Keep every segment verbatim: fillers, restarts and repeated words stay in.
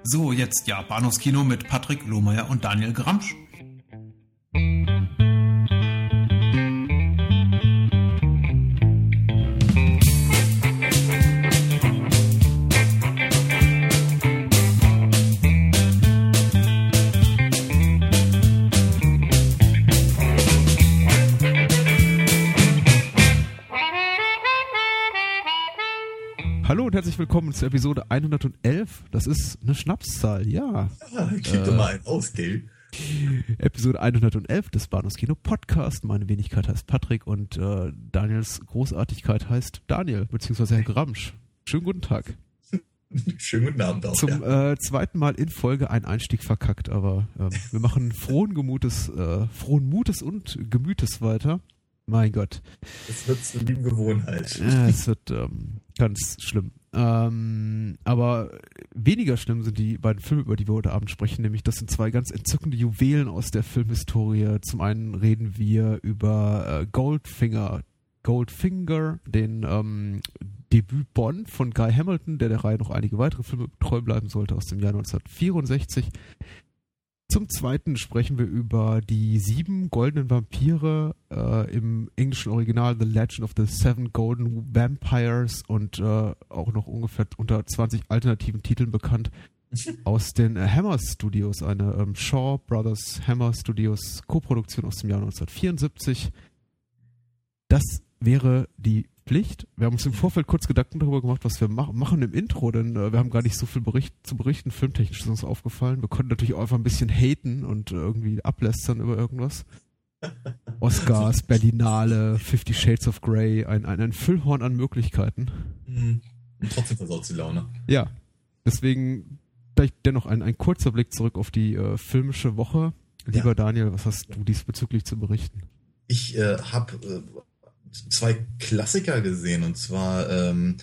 So, jetzt ja, Bahnhofskino mit Patrick Lohmeier und Daniel Gramsch. Hallo und herzlich willkommen zur Episode hundertelf. Das ist eine Schnapszahl, ja. Ja, gib äh, doch mal einen aus, gell? Episode hundertelf des Bahnhofskino Podcast. Meine Wenigkeit heißt Patrick und äh, Daniels Großartigkeit heißt Daniel, beziehungsweise Herr Gramsch. Schönen guten Tag. Schönen guten Abend auch. Zum ja. äh, zweiten Mal in Folge ein Einstieg verkackt, aber äh, wir machen frohen Gemutes, äh, frohen Mutes und Gemütes weiter. Mein Gott. Es wird zur lieben Gewohnheit. Ja, es wird ähm, ganz schlimm. Ähm, aber weniger schlimm sind die beiden Filme, über die wir heute Abend sprechen, nämlich das sind zwei ganz entzückende Juwelen aus der Filmhistorie. Zum einen reden wir über äh, Goldfinger, Goldfinger, den ähm, Debüt Bond von Guy Hamilton, der der Reihe noch einige weitere Filme treu bleiben sollte, aus dem Jahr neunzehnhundertvierundsechzig. Zum Zweiten sprechen wir über die sieben goldenen Vampire äh, im englischen Original The Legend of the Seven Golden Vampires und äh, auch noch ungefähr unter zwanzig alternativen Titeln bekannt aus den äh, Hammer Studios, eine ähm, Shaw Brothers Hammer Studios Koproduktion aus dem Jahr neunzehnhundertvierundsiebzig. Das wäre die Pflicht. Wir haben uns im Vorfeld kurz Gedanken darüber gemacht, was wir mach- machen im Intro, denn äh, wir haben gar nicht so viel Bericht zu berichten, filmtechnisch ist uns aufgefallen. Wir konnten natürlich auch einfach ein bisschen haten und äh, irgendwie ablästern über irgendwas. Oscars, Berlinale, Fifty Shades of Grey, ein, ein, ein Füllhorn an Möglichkeiten. Mhm. Und trotzdem versaut die Laune. Ja, deswegen vielleicht dennoch ein, ein kurzer Blick zurück auf die äh, filmische Woche. Lieber ja. Daniel, was hast du diesbezüglich zu berichten? Ich äh, habe äh, zwei Klassiker gesehen, und zwar ähm,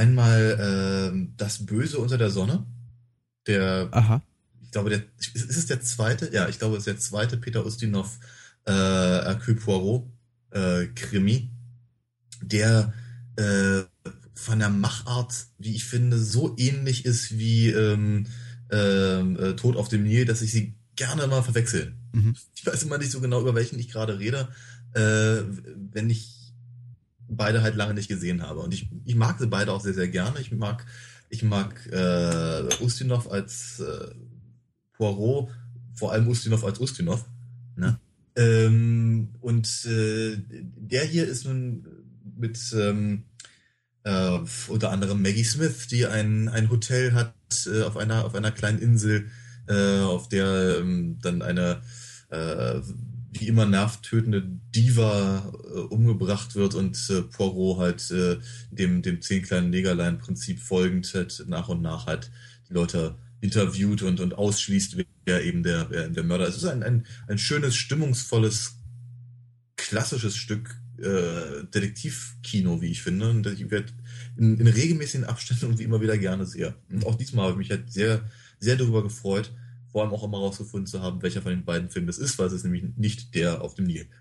einmal äh, Das Böse unter der Sonne. Der, Aha. ich glaube, der, ist, ist es der zweite? Ja, ich glaube, es ist der zweite Peter Ustinov äh, Hercule Poirot äh, Krimi, der äh, von der Machart, wie ich finde, so ähnlich ist wie ähm, äh, Tod auf dem Nil, dass ich sie gerne mal verwechsel. Mhm. Ich weiß immer nicht so genau, über welchen ich gerade rede, äh, wenn ich beide halt lange nicht gesehen habe. Und ich, ich mag sie beide auch sehr, sehr gerne. Ich mag, ich mag äh, Ustinov als äh, Poirot, vor allem Ustinov als Ustinov. Ne? Ähm, und äh, der hier ist nun mit ähm, äh, unter anderem Maggie Smith, die ein, ein Hotel hat äh, auf einer auf einer kleinen Insel, äh, auf der ähm, dann eine äh, wie immer nervtötende Diva äh, umgebracht wird und äh, Poirot halt äh, dem dem zehn kleinen Negerlein-Prinzip folgend halt nach und nach halt die Leute interviewt und und ausschließt, wer eben der wer der Mörder ist. Es ist ein ein ein schönes, stimmungsvolles, klassisches Stück äh, Detektivkino, wie ich finde, und ich werde in, in regelmäßigen Abständen und wie immer wieder gerne sehe. Und auch diesmal habe ich mich halt sehr sehr darüber gefreut, vor allem auch immer rausgefunden zu haben, welcher von den beiden Filmen das ist, weil es ist nämlich nicht der auf dem Nil.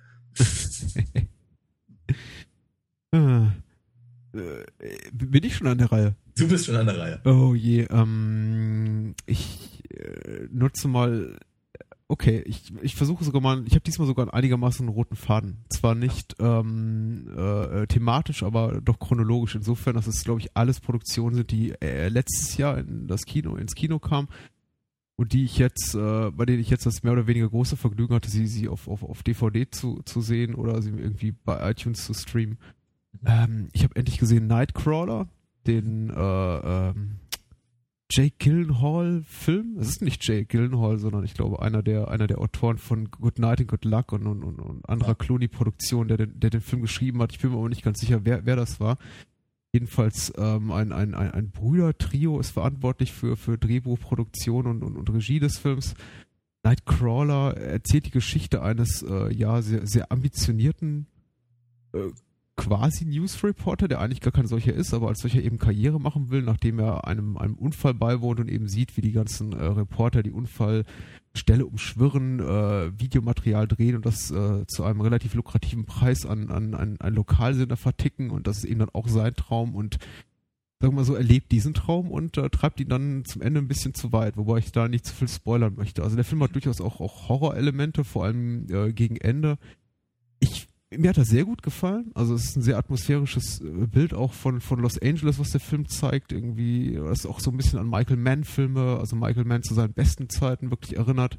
ah, äh, bin ich schon an der Reihe? Du bist schon an der Reihe. Oh je, ähm, ich äh, nutze mal, okay, ich, ich versuche sogar mal, ich habe diesmal sogar einen einigermaßen roten Faden. Zwar nicht ähm, äh, thematisch, aber doch chronologisch. Insofern, dass es, glaube ich, alles Produktionen sind, die äh, letztes Jahr in das Kino, ins Kino kamen. Und die ich jetzt, äh, bei denen ich jetzt das mehr oder weniger große Vergnügen hatte, sie, sie auf, auf, auf D V D zu, zu sehen oder sie irgendwie bei iTunes zu streamen. Ähm, ich habe endlich gesehen Nightcrawler, den äh, ähm, Jake Gyllenhaal-Film. Es ist nicht Jake Gyllenhaal, sondern ich glaube einer der einer der Autoren von Good Night and Good Luck und, und, und, und anderer Clooney-Produktion, der den, der den Film geschrieben hat. Ich bin mir aber nicht ganz sicher, wer, wer das war. Jedenfalls ähm, ein, ein, ein, ein Brüder-Trio ist verantwortlich für, für Drehbuchproduktion und, und, und Regie des Films. Nightcrawler erzählt die Geschichte eines äh, ja sehr, sehr ambitionierten äh, quasi News-Reporter, der eigentlich gar kein solcher ist, aber als solcher eben Karriere machen will, nachdem er einem, einem Unfall beiwohnt und eben sieht, wie die ganzen äh, Reporter die Unfallstelle umschwirren, äh, Videomaterial drehen und das äh, zu einem relativ lukrativen Preis an, an, an einen Lokalsender verticken, und das ist eben dann auch sein Traum, und sagen wir mal so, er lebt diesen Traum und äh, treibt ihn dann zum Ende ein bisschen zu weit, wobei ich da nicht zu viel spoilern möchte. Also der Film hat durchaus auch, auch Horrorelemente, vor allem äh, gegen Ende. Ich, mir hat das sehr gut gefallen. Also es ist ein sehr atmosphärisches äh, Bild auch von, von Los Angeles, was der Film zeigt. Irgendwie, das ist auch so ein bisschen an Michael Mann-Filme, also Michael Mann zu seinen besten Zeiten wirklich erinnert.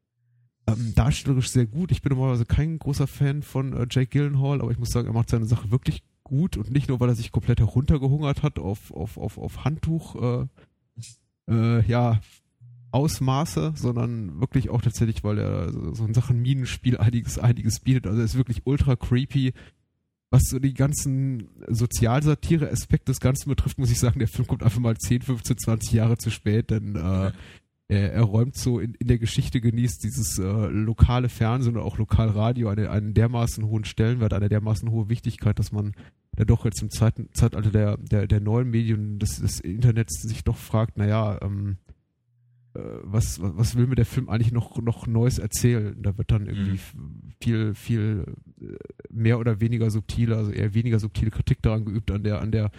Ähm, darstellerisch sehr gut. Ich bin normalerweise kein großer Fan von äh, Jake Gyllenhaal, aber ich muss sagen, er macht seine Sache wirklich gut und nicht nur, weil er sich komplett heruntergehungert hat auf, auf, auf, auf Handtuch, äh, äh, ja, Ausmaße, sondern wirklich auch tatsächlich, weil er so, so in Sachen Minenspiel einiges, einiges bietet. Also er ist wirklich ultra creepy. Was so die ganzen Sozialsatire-Aspekte des Ganzen betrifft, muss ich sagen, der Film kommt einfach mal zehn, fünfzehn, zwanzig Jahre zu spät, denn äh, er, er räumt so in, in der Geschichte, genießt dieses äh, lokale Fernsehen oder auch Lokalradio eine, einen dermaßen hohen Stellenwert, eine dermaßen hohe Wichtigkeit, dass man da doch jetzt im Zeit, Zeitalter der, der, der neuen Medien des, des Internets sich doch fragt, naja, ähm, äh, was, was will mir der Film eigentlich noch, noch Neues erzählen? Da wird dann irgendwie mhm. viel, viel mehr oder weniger subtile, also eher weniger subtile Kritik daran geübt, an der, an der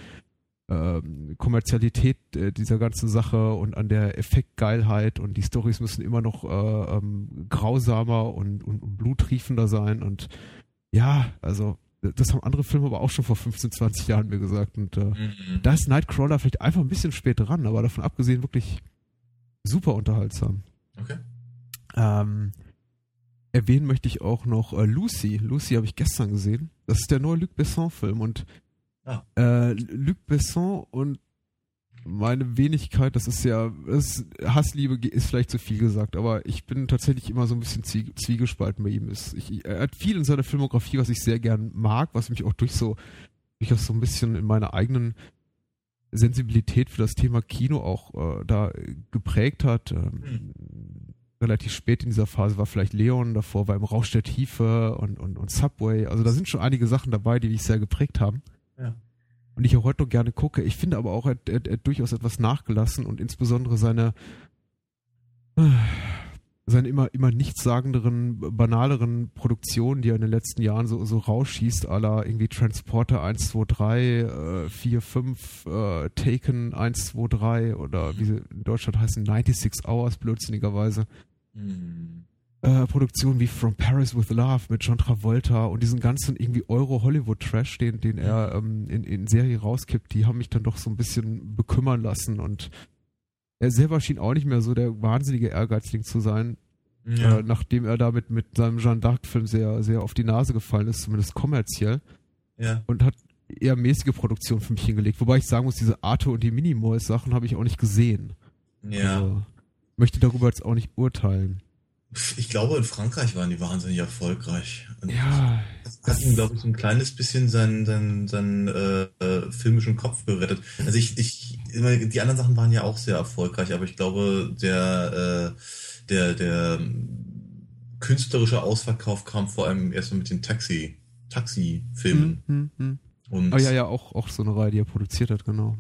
Ähm, Kommerzialität äh, dieser ganzen Sache und an der Effektgeilheit, und die Storys müssen immer noch äh, ähm, grausamer und, und, und bluttriefender sein, und ja, also das haben andere Filme aber auch schon vor fünfzehn, zwanzig Jahren mir gesagt, und äh, mhm. da ist Nightcrawler vielleicht einfach ein bisschen spät dran, aber davon abgesehen wirklich super unterhaltsam. Okay. Ähm, erwähnen möchte ich auch noch äh, Lucy. Lucy habe ich gestern gesehen. Das ist der neue Luc Besson-Film, und Ah. Äh, Luc Besson und meine Wenigkeit, das ist ja, das Hassliebe ist vielleicht zu viel gesagt, aber ich bin tatsächlich immer so ein bisschen zwie- zwiegespalten bei ihm. Ist, ich, er hat viel in seiner Filmografie, was ich sehr gern mag, was mich auch durch so, durchaus so ein bisschen in meiner eigenen Sensibilität für das Thema Kino auch äh, da geprägt hat. Ähm, hm. Relativ spät in dieser Phase war vielleicht Leon, davor war im Rausch der Tiefe und, und, und Subway. Also da sind schon einige Sachen dabei, die mich sehr geprägt haben. Ja. Und ich auch heute noch gerne gucke. Ich finde aber auch, er, er, er hat durchaus etwas nachgelassen, und insbesondere seine seine immer, immer nichtssagenderen, banaleren Produktionen, die er in den letzten Jahren so, so rausschießt, à la irgendwie Transporter eins, zwei, drei, äh, vier, fünf, äh, Taken eins, zwei, drei oder wie sie in Deutschland heißen, sechsundneunzig Hours, blödsinnigerweise. Mhm. Äh, Produktionen wie From Paris with Love mit John Travolta und diesen ganzen irgendwie Euro-Hollywood-Trash, den, den er ähm, in, in Serie rauskippt, die haben mich dann doch so ein bisschen bekümmern lassen, und er selber schien auch nicht mehr so der wahnsinnige Ehrgeizling zu sein, ja. äh, nachdem er damit mit seinem Jeanne d'Arc-Film sehr, sehr auf die Nase gefallen ist, zumindest kommerziell, ja. und hat eher mäßige Produktionen für mich hingelegt, wobei ich sagen muss, diese Arthur und die Minimoys-Sachen habe ich auch nicht gesehen. Ja. Also, möchte darüber jetzt auch nicht urteilen. Ich glaube, in Frankreich waren die wahnsinnig erfolgreich. Und ja. Das hat ihm, glaube ich, so ein kleines bisschen seinen, seinen, seinen äh, äh, filmischen Kopf gerettet. Also ich, ich, die anderen Sachen waren ja auch sehr erfolgreich, aber ich glaube, der, äh, der, der künstlerische Ausverkauf kam vor allem erstmal mit den Taxi, Taxi-Filmen. Hm, hm, hm. Und ah ja, ja, auch, auch so eine Reihe, die er produziert hat, genau.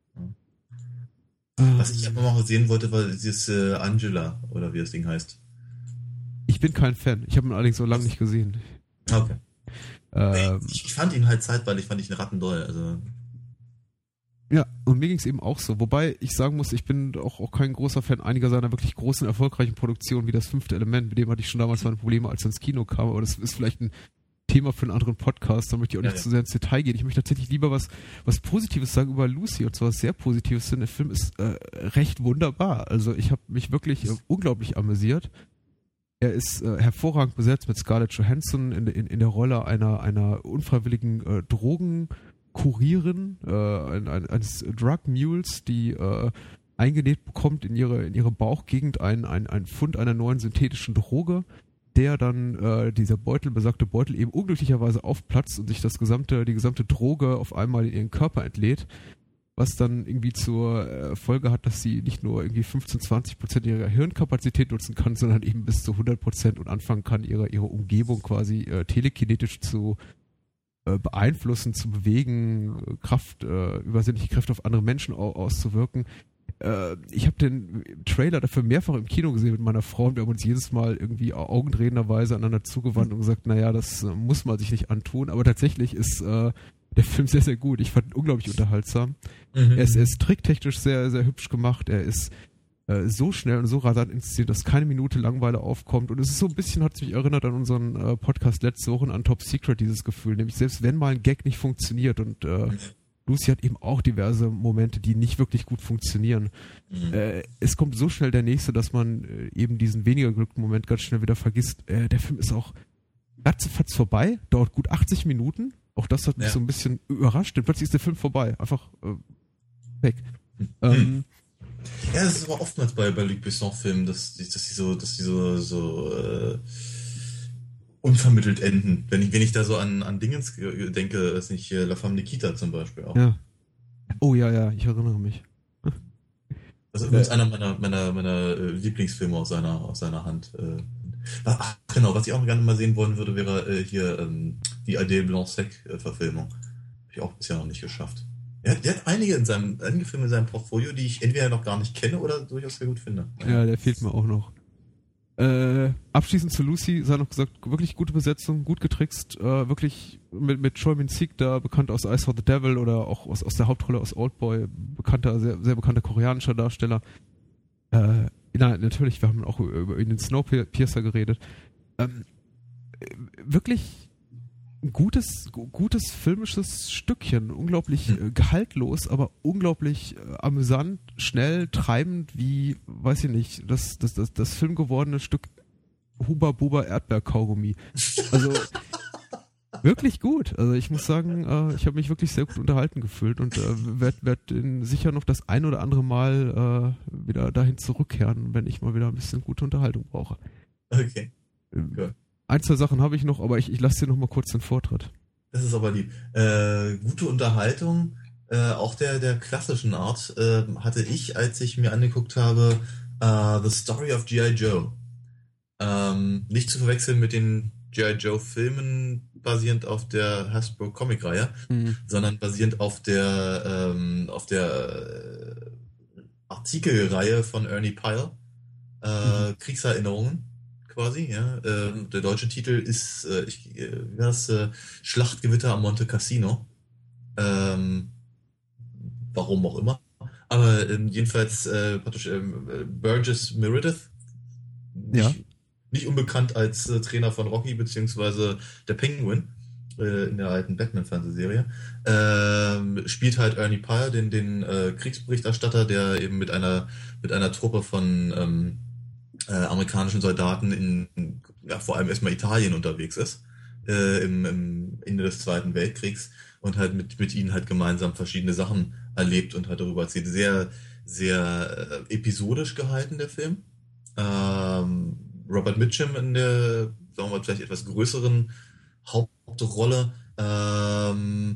Ja. Was ich aber mal sehen wollte, war dieses äh, Angela, oder wie das Ding heißt. Ich bin kein Fan. Ich habe ihn allerdings so lange nicht gesehen. Okay. Ähm, ich fand ihn halt zeitweilig, fand ich einen Rattendoll. Also. Ja, und mir ging es eben auch so. Wobei ich sagen muss, ich bin auch, auch kein großer Fan einiger seiner wirklich großen, erfolgreichen Produktionen, wie das Fünfte Element. Mit dem hatte ich schon damals meine Probleme, als er ins Kino kam. Aber das ist vielleicht ein Thema für einen anderen Podcast. Da möchte ich auch nicht ja, zu sehr ins Detail gehen. Ich möchte tatsächlich lieber was, was Positives sagen über Lucy. Und zwar was sehr Positives, denn der Film ist äh, recht wunderbar. Also ich habe mich wirklich äh, unglaublich amüsiert. Er ist äh, hervorragend besetzt mit Scarlett Johansson in, in, in der Rolle einer, einer unfreiwilligen äh, Drogenkurierin, äh, ein, ein, eines Drug Mules, die äh, eingenäht bekommt in ihre, in ihre Bauchgegend ein, ein, ein Fund einer neuen synthetischen Droge, der dann äh, dieser Beutel, besagte Beutel eben unglücklicherweise aufplatzt und sich das gesamte, die gesamte Droge auf einmal in ihren Körper entlädt, was dann irgendwie zur äh, Folge hat, dass sie nicht nur irgendwie fünfzehn, zwanzig Prozent ihrer Hirnkapazität nutzen kann, sondern eben bis zu hundert Prozent und anfangen kann, ihre, ihre Umgebung quasi äh, telekinetisch zu äh, beeinflussen, zu bewegen, Kraft, äh, übersinnliche Kräfte auf andere Menschen au- auszuwirken. Äh, ich habe den Trailer dafür mehrfach im Kino gesehen mit meiner Frau, und wir haben uns jedes Mal irgendwie augendrehenderweise aneinander zugewandt und gesagt, naja, das äh, muss man sich nicht antun, aber tatsächlich ist äh, der Film sehr, sehr gut. Ich fand ihn unglaublich unterhaltsam. Mhm. Er ist, er ist tricktechnisch sehr, sehr hübsch gemacht. Er ist äh, so schnell und so rasant inszeniert, dass keine Minute Langeweile aufkommt. Und es ist so ein bisschen, hat es mich erinnert an unseren äh, Podcast letzte Woche an Top Secret, dieses Gefühl. Nämlich selbst wenn mal ein Gag nicht funktioniert und äh, Lucy hat eben auch diverse Momente, die nicht wirklich gut funktionieren. Mhm. Äh, es kommt so schnell der nächste, dass man äh, eben diesen weniger glücklichen Moment ganz schnell wieder vergisst. Äh, der Film ist auch ratzefatz vorbei, dauert gut achtzig Minuten. Auch das hat mich ja. so ein bisschen überrascht. Und plötzlich ist der Film vorbei. Einfach äh, weg. Mhm. Ähm, ja, das ist aber oftmals bei, bei Luc Besson-Filmen, dass die, dass die so, dass die so, so äh, unvermittelt enden. Wenn ich, wenn ich da so an, an Dingens denke, ist nicht La Femme Nikita zum Beispiel auch. Ja. Oh ja, ja, ich erinnere mich. Das ist übrigens einer meiner, meiner, meiner Lieblingsfilme aus seiner, aus seiner Hand. Ach, genau, was ich auch gerne mal sehen wollen würde, wäre hier ähm, die Adèle Blanc-Sec-Verfilmung. Habe ich auch bisher noch nicht geschafft. Er hat, der hat einige in seinem, einige Filme in seinem Portfolio, die ich entweder noch gar nicht kenne oder durchaus sehr gut finde. Ja, der fehlt mir auch noch. Äh, abschließend zu Lucy sei noch gesagt, wirklich gute Besetzung, gut getrickst, äh, wirklich mit, mit Choi Min-sik, da bekannt aus I Saw the Devil oder auch aus, aus der Hauptrolle aus Oldboy, bekannter, sehr, sehr bekannter koreanischer Darsteller. Äh, na, natürlich, wir haben auch über, über den Snowpiercer geredet. Ähm, wirklich ein gutes, gutes filmisches Stückchen, unglaublich äh, gehaltlos, aber unglaublich äh, amüsant, schnell, treibend, wie, weiß ich nicht, das, das, das, das filmgewordene Stück Huba Buba Erdbeerkaugummi. Also wirklich gut. Also ich muss sagen, äh, ich habe mich wirklich sehr gut unterhalten gefühlt und äh, werde werd sicher noch das ein oder andere Mal äh, wieder dahin zurückkehren, wenn ich mal wieder ein bisschen gute Unterhaltung brauche. Okay. Ähm, cool. Ein, zwei Sachen habe ich noch, aber ich, ich lasse dir noch mal kurz den Vortritt. Das ist aber lieb. Äh, gute Unterhaltung, äh, auch der, der klassischen Art, äh, hatte ich, als ich mir angeguckt habe, uh, The Story of G I. Joe. Ähm, nicht zu verwechseln mit den G I. Joe Filmen basierend auf der Hasbro Comic-Reihe, mhm. sondern basierend auf der, ähm, auf der äh, Artikelreihe von Ernie Pyle, äh, mhm. Kriegserinnerungen. Quasi, ja. Ähm, der deutsche Titel ist äh, ich, äh, wie das, äh, Schlachtgewitter am Monte Cassino. Ähm, warum auch immer. Aber ähm, jedenfalls äh, praktisch ähm, Burgess Meredith. Nicht, ja. nicht unbekannt als äh, Trainer von Rocky beziehungsweise der Penguin äh, in der alten Batman-Fernsehserie. Ähm, spielt halt Ernie Pyle, den, den äh, Kriegsberichterstatter, der eben mit einer mit einer Truppe von ähm, Äh, amerikanischen Soldaten in, ja, vor allem erstmal Italien unterwegs ist, äh, im, im Ende des Zweiten Weltkriegs und halt mit, mit ihnen halt gemeinsam verschiedene Sachen erlebt und halt darüber erzählt. Sehr, sehr äh, episodisch gehalten, der Film. Ähm, Robert Mitchum in der, sagen wir mal, vielleicht etwas größeren Hauptrolle. Ähm,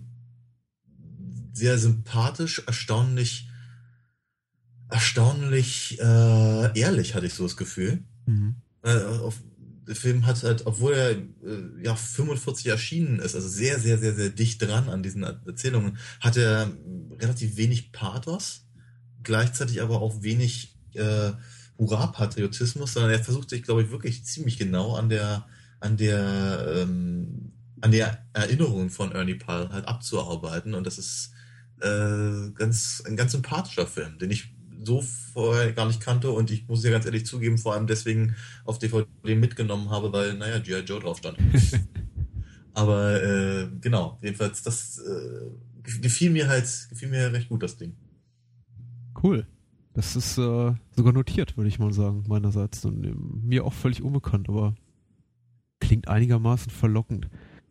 sehr sympathisch, erstaunlich erstaunlich äh, ehrlich, hatte ich so das Gefühl. Mhm. Äh, auf, der Film hat halt, obwohl er äh, ja fünfundvierzig erschienen ist, also sehr, sehr, sehr, sehr dicht dran an diesen Erzählungen, hat er relativ wenig Pathos, gleichzeitig aber auch wenig äh, Hurra-Patriotismus, sondern er versucht sich, glaube ich, wirklich ziemlich genau an der an der ähm, an der Erinnerung von Ernie Pyle halt abzuarbeiten, und das ist äh, ganz ein ganz sympathischer Film, den ich so vorher gar nicht kannte, und ich muss ja ganz ehrlich zugeben, vor allem deswegen auf D V D mitgenommen habe, weil, naja, G I. Joe drauf stand. Aber äh, genau, jedenfalls, das äh, gefiel mir halt, gefiel mir recht gut, das Ding. Cool. Das ist äh, sogar notiert, würde ich mal sagen, meinerseits. Und äh, mir auch völlig unbekannt, aber klingt einigermaßen verlockend.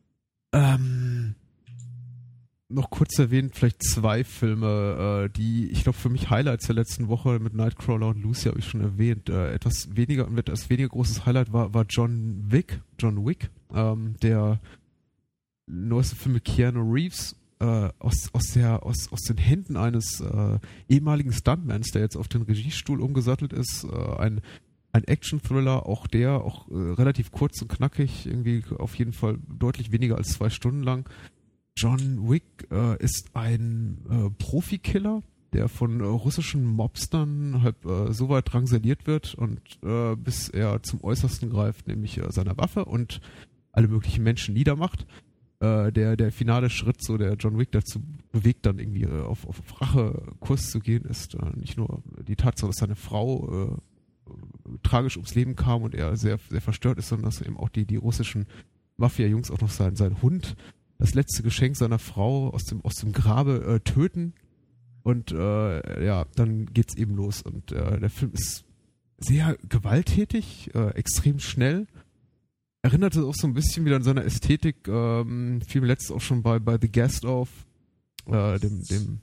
Ähm... Noch kurz erwähnt, vielleicht zwei Filme, äh, die, ich glaube, für mich Highlights der letzten Woche mit Nightcrawler und Lucy habe ich schon erwähnt. Äh, etwas weniger, ein etwas weniger großes Highlight war, war John Wick, John Wick, ähm, der neueste Film mit Keanu Reeves, äh, aus, aus, der, aus, aus den Händen eines äh, ehemaligen Stuntmans, der jetzt auf den Regiestuhl umgesattelt ist, äh, ein Ein Action-Thriller, auch der, auch äh, relativ kurz und knackig, irgendwie auf jeden Fall deutlich weniger als zwei Stunden lang. John Wick äh, ist ein äh, Profikiller, der von äh, russischen Mobstern halt äh, so weit drangsaliert wird und äh, bis er zum Äußersten greift, nämlich äh, seiner Waffe, und alle möglichen Menschen niedermacht. äh, der, der finale Schritt, so der John Wick dazu bewegt, dann irgendwie äh, auf, auf Rachekurs zu gehen, ist äh, nicht nur die Tatsache, dass seine Frau äh, tragisch ums Leben kam und er sehr, sehr verstört ist, sondern dass eben auch die, die russischen Mafia-Jungs auch noch seinen, seinen Hund, das letzte Geschenk seiner Frau aus dem, aus dem Grabe äh, töten. Und äh, ja, dann geht's eben los. Und äh, der Film ist sehr gewalttätig, äh, extrem schnell. Erinnerte auch so ein bisschen wieder an seiner Ästhetik, ähm, fiel mir letztens auch schon bei, bei The Guest auf, äh, dem, dem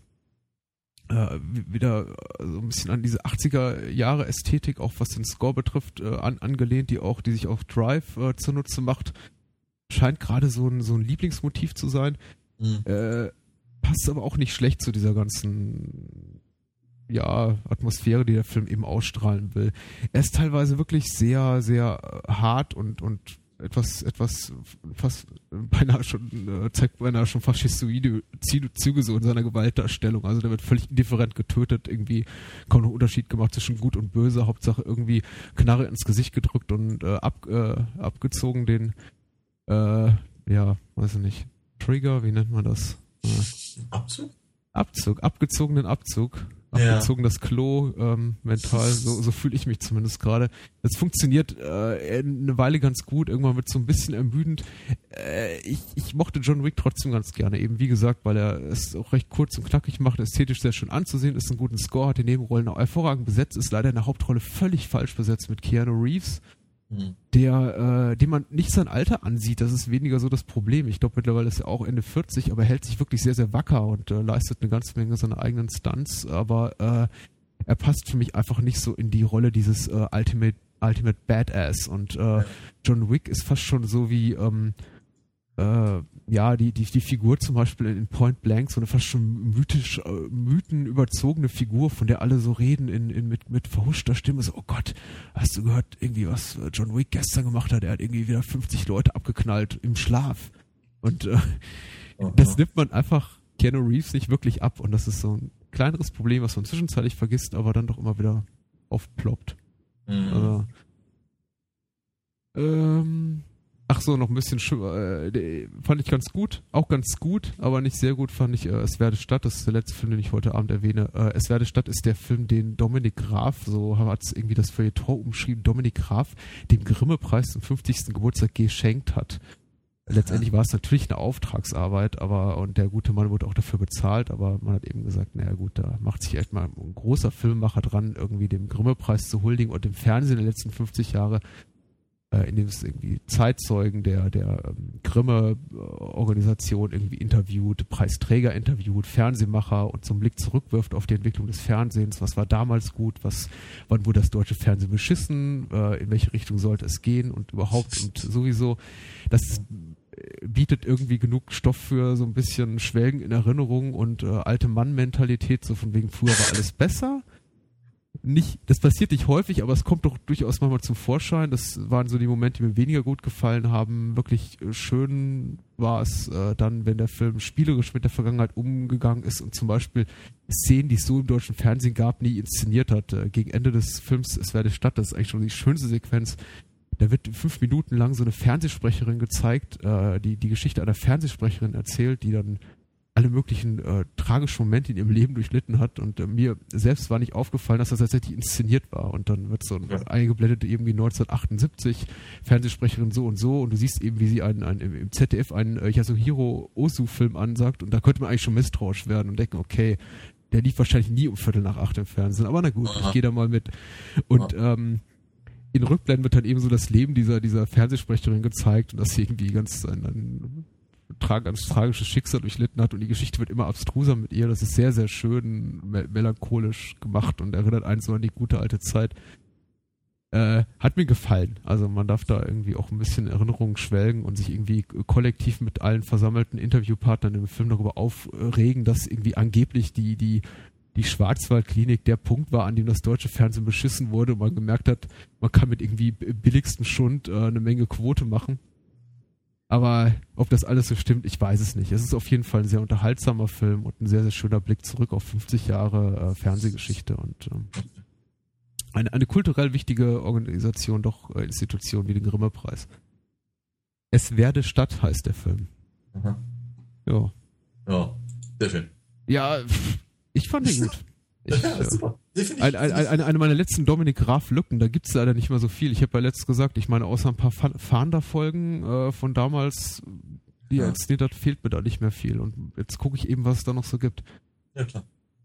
äh, wieder so ein bisschen an diese achtziger Jahre Ästhetik, auch was den Score betrifft, äh, an, angelehnt, die auch, die sich auch Drive äh, zunutze macht. Scheint gerade so ein, so ein Lieblingsmotiv zu sein. Mhm. Äh, passt aber auch nicht schlecht zu dieser ganzen, ja, Atmosphäre, die der Film eben ausstrahlen will. Er ist teilweise wirklich sehr, sehr hart und, und etwas, etwas, fast beinahe schon, äh, zeigt beinahe schon faschistoide Züge so in seiner Gewaltdarstellung. Also der wird völlig indifferent getötet, irgendwie kaum noch Unterschied gemacht zwischen Gut und Böse, Hauptsache irgendwie Knarre ins Gesicht gedrückt und äh, ab, äh, abgezogen den, äh, ja, weiß ich nicht, Trigger, wie nennt man das? Äh, Abzug? Abzug, abgezogenen Abzug. Abgezogen ja. Das Klo, ähm, mental, so, so fühle ich mich zumindest gerade. Das funktioniert äh, eine Weile ganz gut, irgendwann wird es so ein bisschen ermüdend. Äh, ich, ich mochte John Wick trotzdem ganz gerne, eben wie gesagt, weil er es auch recht kurz und knackig macht, ästhetisch sehr schön anzusehen, ist einen guten Score, hat die Nebenrollen auch hervorragend besetzt, ist leider in der Hauptrolle völlig falsch besetzt mit Keanu Reeves. Der, äh, dem man nicht sein Alter ansieht, das ist weniger so das Problem. Ich glaube, mittlerweile ist er auch Ende vierzig, aber er hält sich wirklich sehr, sehr wacker und äh, leistet eine ganze Menge seiner eigenen Stunts, aber äh, er passt für mich einfach nicht so in die Rolle dieses äh, Ultimate, Ultimate Badass und äh, John Wick ist fast schon so wie ähm, äh, ja, die, die, die Figur zum Beispiel in Point Blank, so eine fast schon mythisch, äh, mythenüberzogene Figur, von der alle so reden in, in mit, mit verhuschter Stimme, so, oh Gott, hast du gehört, irgendwie was John Wick gestern gemacht hat, er hat irgendwie wieder fünfzig Leute abgeknallt im Schlaf. Und äh, das nimmt man einfach Keanu Reeves nicht wirklich ab und das ist so ein kleineres Problem, was man zwischenzeitlich vergisst, aber dann doch immer wieder aufploppt. Mhm. Also, ähm, Ach so, noch ein bisschen, äh, fand ich ganz gut, auch ganz gut, aber nicht sehr gut fand ich äh, Es werde Stadt, das ist der letzte Film, den ich heute Abend erwähne. Äh, Es werde Stadt ist der Film, den Dominik Graf, so hat es irgendwie das Feuilleton umschrieben, Dominik Graf dem Grimme-Preis zum fünfzigsten Geburtstag geschenkt hat. Letztendlich war es natürlich eine Auftragsarbeit, aber und der gute Mann wurde auch dafür bezahlt, aber man hat eben gesagt, naja gut, da macht sich echt mal ein großer Filmemacher dran, irgendwie dem Grimme-Preis zu huldigen und dem Fernsehen der letzten fünfzig Jahre, in dem es irgendwie Zeitzeugen der, der ähm, Grimme-Organisation irgendwie interviewt, Preisträger interviewt, Fernsehmacher und so einen Blick zurückwirft auf die Entwicklung des Fernsehens. Was war damals gut? Was, wann wurde das deutsche Fernsehen beschissen? Äh, in welche Richtung sollte es gehen? Und überhaupt und sowieso, das bietet irgendwie genug Stoff für so ein bisschen Schwelgen in Erinnerung und äh, alte Mann-Mentalität, so von wegen früher war alles besser. Nicht, das passiert nicht häufig, aber es kommt doch durchaus manchmal zum Vorschein. Das waren so die Momente, die mir weniger gut gefallen haben. Wirklich schön war es äh, dann, wenn der Film spielerisch mit der Vergangenheit umgegangen ist und zum Beispiel Szenen, die es so im deutschen Fernsehen gab, nie inszeniert hat. Äh, gegen Ende des Films Es werde Stadt, das ist eigentlich schon die schönste Sequenz. Da wird fünf Minuten lang so eine Fernsehsprecherin gezeigt, äh, die die Geschichte einer Fernsehsprecherin erzählt, die dann alle möglichen äh, tragischen Momente in ihrem Leben durchlitten hat und äh, mir selbst war nicht aufgefallen, dass das tatsächlich inszeniert war und dann wird so ein, ja. eingeblendet irgendwie neunzehnhundertachtundsiebzig Fernsehsprecherin so und so und du siehst eben, wie sie einen, einen im Z D F einen äh, Yasuhiro Ozu-Film ansagt und da könnte man eigentlich schon misstrauisch werden und denken, okay, der lief wahrscheinlich nie um Viertel nach acht im Fernsehen, aber na gut, Aha. ich gehe da mal mit und ja. ähm, in Rückblenden wird dann eben so das Leben dieser dieser Fernsehsprecherin gezeigt und dass sie irgendwie ganz ein, ein ganz tragisches Schicksal durchlitten hat und die Geschichte wird immer abstruser mit ihr. Das ist sehr, sehr schön me- melancholisch gemacht und erinnert einen so an die gute alte Zeit. Äh, hat mir gefallen. Also man darf da irgendwie auch ein bisschen Erinnerungen schwelgen und sich irgendwie kollektiv mit allen versammelten Interviewpartnern im Film darüber aufregen, dass irgendwie angeblich die, die, die Schwarzwaldklinik der Punkt war, an dem das deutsche Fernsehen beschissen wurde und man gemerkt hat, man kann mit irgendwie billigsten Schund äh, eine Menge Quote machen. Aber ob das alles so stimmt, ich weiß es nicht. Es ist auf jeden Fall ein sehr unterhaltsamer Film und ein sehr, sehr schöner Blick zurück auf fünfzig Jahre äh, Fernsehgeschichte und ähm, eine, eine kulturell wichtige Organisation, doch äh, Institution wie den Grimme-Preis. Es werde Stadt heißt der Film. Aha. Ja. Ja, sehr schön. Ja, ich fand den gut. Ich, ja, äh, super. Ein, ein, ein, eine meiner letzten Dominik Graf-Lücken, da gibt's leider nicht mehr so viel. Ich habe ja letztens gesagt, ich meine, außer ein paar Fahnder-Folgen äh, von damals, die Ja. er inszeniert hat, fehlt mir da nicht mehr viel. Und jetzt gucke ich eben, was es da noch so gibt. Ja, klar.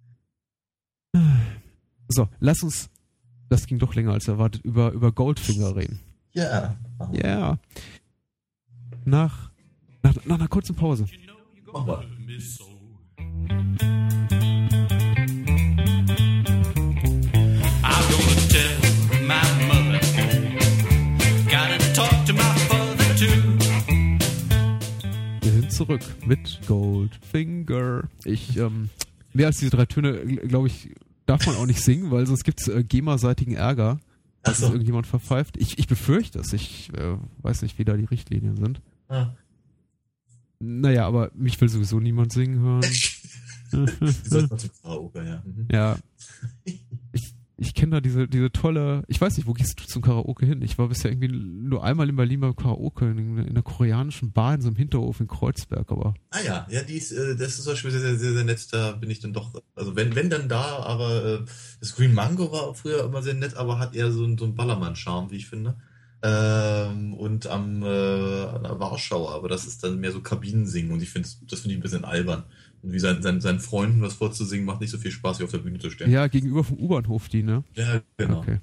So, lass uns, das ging doch länger als erwartet, über, über Goldfinger reden. Ja. Ja. Yeah. Nach, nach, nach einer kurzen Pause. Mach mal. I'm gonna tell my mother. Gotta talk to my father too. Wir sind zurück mit Goldfinger. Ich, ähm, mehr als diese drei Töne, glaube ich, darf man auch nicht singen, weil sonst gibt's äh, GEMA-seitigen Ärger, dass Ach so. es irgendjemand verpfeift. Ich, ich befürchte es. Ich äh, weiß nicht, wie da die Richtlinien sind. Ah. Naja, aber mich will sowieso niemand singen hören. Die sollten mal zum Karaoke, ja. Mhm. Ja. Ich, ich kenne da diese, diese tolle, ich weiß nicht, wo gehst du zum Karaoke hin? Ich war bisher irgendwie nur einmal in Berlin beim Karaoke, in, in einer koreanischen Bar in so einem Hinterhof in Kreuzberg, aber. Ah ja, ja, die ist, äh, das ist zum Beispiel sehr, sehr, sehr nett, da bin ich dann doch, also wenn, wenn dann da, aber äh, das Green Mango war früher immer sehr nett, aber hat eher so, ein- so einen Ballermann-Charme, wie ich finde. Ähm, und am äh, an der Warschauer, aber das ist dann mehr so Kabinensingen und ich finde, das finde ich ein bisschen albern. Und wie sein, sein, seinen Freunden was vorzusingen, macht nicht so viel Spaß, wie auf der Bühne zu stehen. Ja, gegenüber vom U-Bahnhof die, ne? Ja, genau. Okay.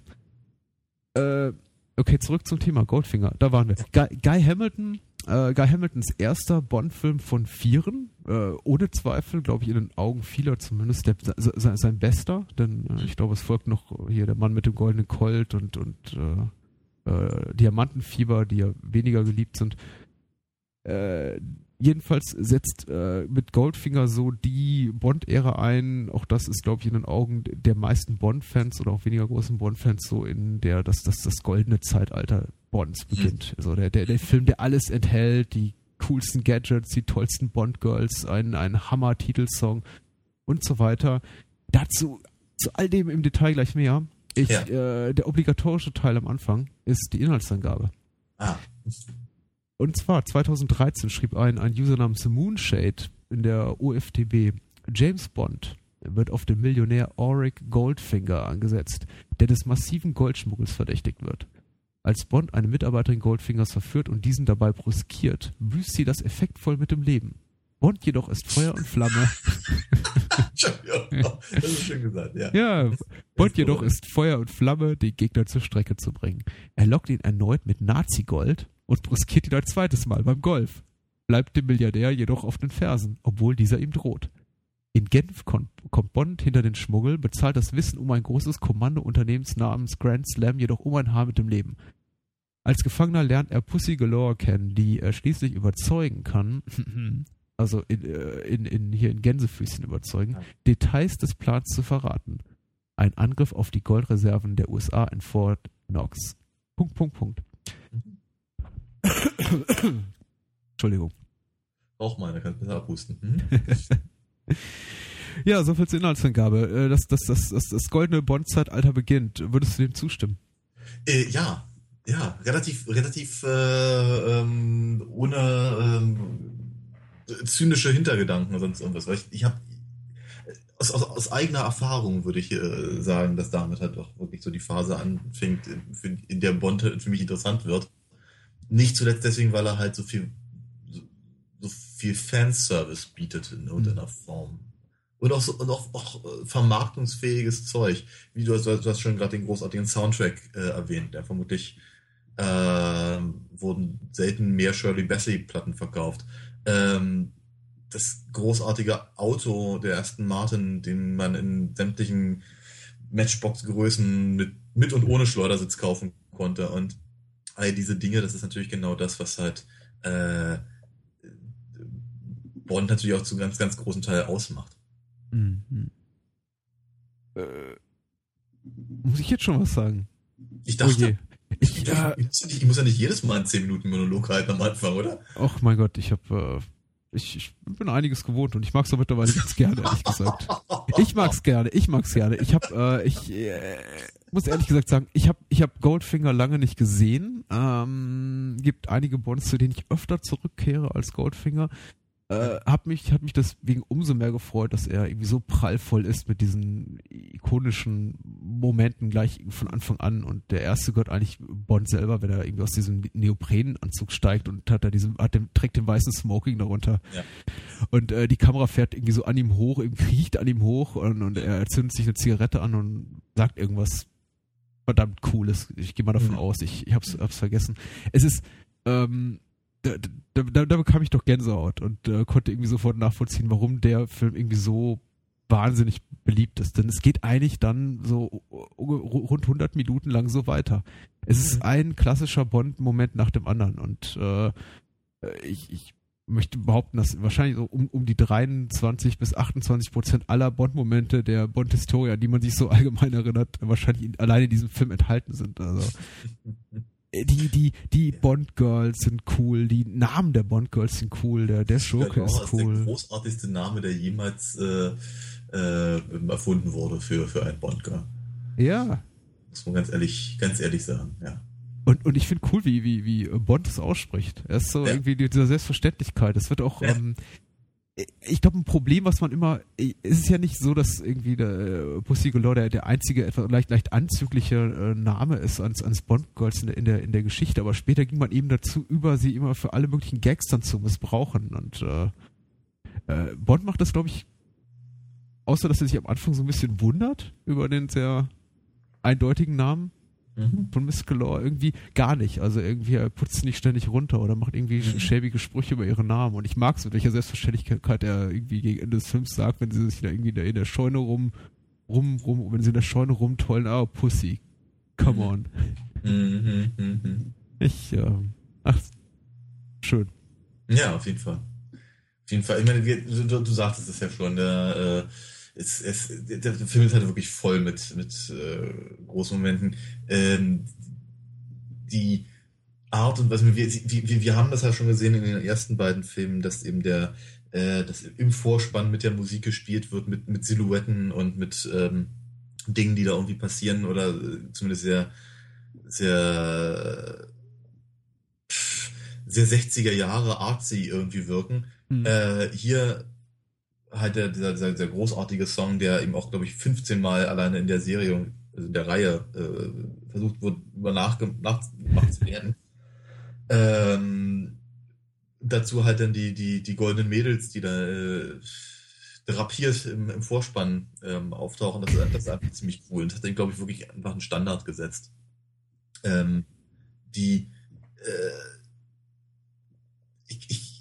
Äh, okay, zurück zum Thema Goldfinger. Da waren wir. Guy, Guy Hamilton, äh, Guy Hamiltons erster Bond-Film von vieren, äh, ohne Zweifel, glaube ich, in den Augen vieler zumindest, der, sein, sein bester, denn äh, ich glaube, es folgt noch hier der Mann mit dem goldenen Colt und, und äh, äh, Diamantenfieber, die ja weniger geliebt sind. Äh, jedenfalls setzt äh, mit Goldfinger so die Bond-Ära ein. Auch das ist, glaube ich, in den Augen der meisten Bond-Fans oder auch weniger großen Bond-Fans so in der, dass das, das goldene Zeitalter Bonds beginnt. Also der, der, der Film, der alles enthält, die coolsten Gadgets, die tollsten Bond-Girls, ein, ein Hammer-Titelsong und so weiter. Dazu, zu all dem im Detail gleich mehr. Ich, Ja. äh, der obligatorische Teil am Anfang ist die Inhaltsangabe. Ah, Und zwar zweitausenddreizehn schrieb ein, ein User namens Moonshade in der O F D B, James Bond wird auf den Millionär Auric Goldfinger angesetzt, der des massiven Goldschmuggels verdächtigt wird. Als Bond eine Mitarbeiterin Goldfingers verführt und diesen dabei bruskiert, büßt sie das effektvoll mit dem Leben. Bond jedoch ist Feuer und Flamme. ja, das ist schön gesagt, ja. Ja, Bond jedoch ist Feuer und Flamme, den Gegner zur Strecke zu bringen. Er lockt ihn erneut mit Nazi-Gold und bruskiert ihn ein zweites Mal beim Golf. Bleibt dem Milliardär jedoch auf den Fersen, obwohl dieser ihm droht. In Genf kon- kommt Bond hinter den Schmuggel, bezahlt das Wissen um ein großes Kommandounternehmens namens Grand Slam jedoch um ein Haar mit dem Leben. Als Gefangener lernt er Pussy Galore kennen, die er schließlich überzeugen kann, also in, in, in, hier in Gänsefüßchen überzeugen, Details des Plans zu verraten. Ein Angriff auf die Goldreserven der U S A in Fort Knox. Punkt, Punkt, Punkt. Entschuldigung. Auch mal, da kannst du besser abhusten. Mhm. Ja, soviel zur Inhaltsangabe. Das, das, das, das, das goldene Bond-Zeitalter beginnt. Würdest du dem zustimmen? Äh, ja, ja, relativ, relativ äh, ähm, ohne ähm, zynische Hintergedanken oder sonst irgendwas. Weil ich, ich habe aus, aus, aus eigener Erfahrung würde ich äh, sagen, dass damit halt auch wirklich so die Phase anfängt, in, in der Bond für mich interessant wird. Nicht zuletzt deswegen, weil er halt so viel so, so viel Fanservice bietet in irgendeiner Form. Und auch, so, und auch, auch vermarktungsfähiges Zeug. Wie du hast, du hast schon gerade den großartigen Soundtrack äh, erwähnt. Der vermutlich äh, wurden selten mehr Shirley Bassey-Platten verkauft. Ähm, das großartige Auto der Aston Martin, den man in sämtlichen Matchbox-Größen mit, mit und ohne Schleudersitz kaufen konnte. Und all diese Dinge, das ist natürlich genau das, was halt äh, Bond natürlich auch zu ganz, ganz großen Teil ausmacht. Mhm. Äh, muss ich jetzt schon was sagen? Ich dachte, Oh je. ich, Ich, ich, äh, ich, muss ja nicht, ich muss ja nicht jedes Mal einen zehn Minuten Monolog halten am Anfang, oder? Ach mein Gott, ich habe, äh, ich, ich bin einiges gewohnt und ich mag's auch mittlerweile ganz gerne, ehrlich gesagt. Ich mag's gerne, ich mag's gerne. Ich habe, äh, ich äh, muss ehrlich gesagt sagen, ich habe, ich habe Goldfinger lange nicht gesehen. Ähm, gibt einige Bonds, zu denen ich öfter zurückkehre als Goldfinger. Äh, hat mich, hat mich deswegen umso mehr gefreut, dass er irgendwie so prallvoll ist mit diesen ikonischen Momenten gleich von Anfang an. Und der erste gehört eigentlich Bond selber, wenn er irgendwie aus diesem Neoprenanzug steigt und hat er diesen, hat den, trägt den weißen Smoking darunter. Ja. Und äh, die Kamera fährt irgendwie so an ihm hoch, eben kriecht an ihm hoch und, und er zündet sich eine Zigarette an und sagt irgendwas verdammt Cooles. Ich gehe mal davon mhm. aus, ich, ich hab's, hab's vergessen. Es ist, ähm, Da, da, da, da bekam ich doch Gänsehaut und äh, konnte irgendwie sofort nachvollziehen, warum der Film irgendwie so wahnsinnig beliebt ist. Denn es geht eigentlich dann so rund hundert Minuten lang so weiter. Es mhm. ist ein klassischer Bond-Moment nach dem anderen und äh, ich, ich möchte behaupten, dass wahrscheinlich so um, um die dreiundzwanzig bis achtundzwanzig Prozent aller Bond-Momente der Bond-Historie, an die man sich so allgemein erinnert, wahrscheinlich in, allein in diesem Film enthalten sind. Also Die, die, die Bond-Girls sind cool, die Namen der Bond-Girls sind cool, der, der Schurke ist cool. Das ist der großartigste Name, der jemals äh, äh, erfunden wurde für, für ein Bond-Girl. Ja. Muss man ganz ehrlich, ganz ehrlich sagen, ja. Und, und ich finde cool, wie, wie, wie Bond es ausspricht. Er ist so ja. irgendwie dieser Selbstverständlichkeit. Das wird auch, ja. ähm, ich glaube, ein Problem, was man immer, es ist ja nicht so, dass irgendwie der äh, Pussy Galore der, der einzige etwas leicht, leicht anzügliche äh, Name ist ans, ans Bond-Girls in der, in der, in der Geschichte, aber später ging man eben dazu über, sie immer für alle möglichen Gags dann zu missbrauchen und äh, äh, Bond macht das, glaube ich, außer dass er sich am Anfang so ein bisschen wundert über den sehr eindeutigen Namen mhm. von Miss Galore, irgendwie gar nicht. Also irgendwie er putzt sie nicht ständig runter oder macht irgendwie mhm. schäbige Sprüche über ihren Namen. Und ich mag es, mit welcher Selbstverständlichkeit er irgendwie gegen Ende des Films sagt, wenn sie sich da irgendwie in der, in der Scheune rum, rum, rum, wenn sie in der Scheune rumtollen, ah, Pussy, come on. Mhm. Mhm. Ich, äh, ach, schön. Ja, auf jeden Fall. Auf jeden Fall. Ich meine, du, du, du sagtest es ja schon, der, äh, Es, es, der Film ist halt wirklich voll mit, mit äh, großen Momenten. Ähm, die Art und Weise, wir, wir, wir haben das ja schon gesehen in den ersten beiden Filmen, dass eben der, äh, dass im Vorspann mit der Musik gespielt wird, mit, mit Silhouetten und mit ähm, Dingen, die da irgendwie passieren oder zumindest sehr, sehr, sehr sechziger Jahre artsy irgendwie wirken. Mhm. Äh, hier halt der, dieser, dieser, dieser großartige Song, der eben auch, glaube ich, fünfzehn Mal alleine in der Serie, also in der Reihe, äh, versucht wurde, über nachgemacht zu werden. Ähm, dazu halt dann die, die, die goldenen Mädels, die da äh, drapiert im, im Vorspann ähm, auftauchen. Das, das ist einfach ziemlich cool. Und das hat, glaube ich, wirklich einfach einen Standard gesetzt. Ähm, die äh, ich, ich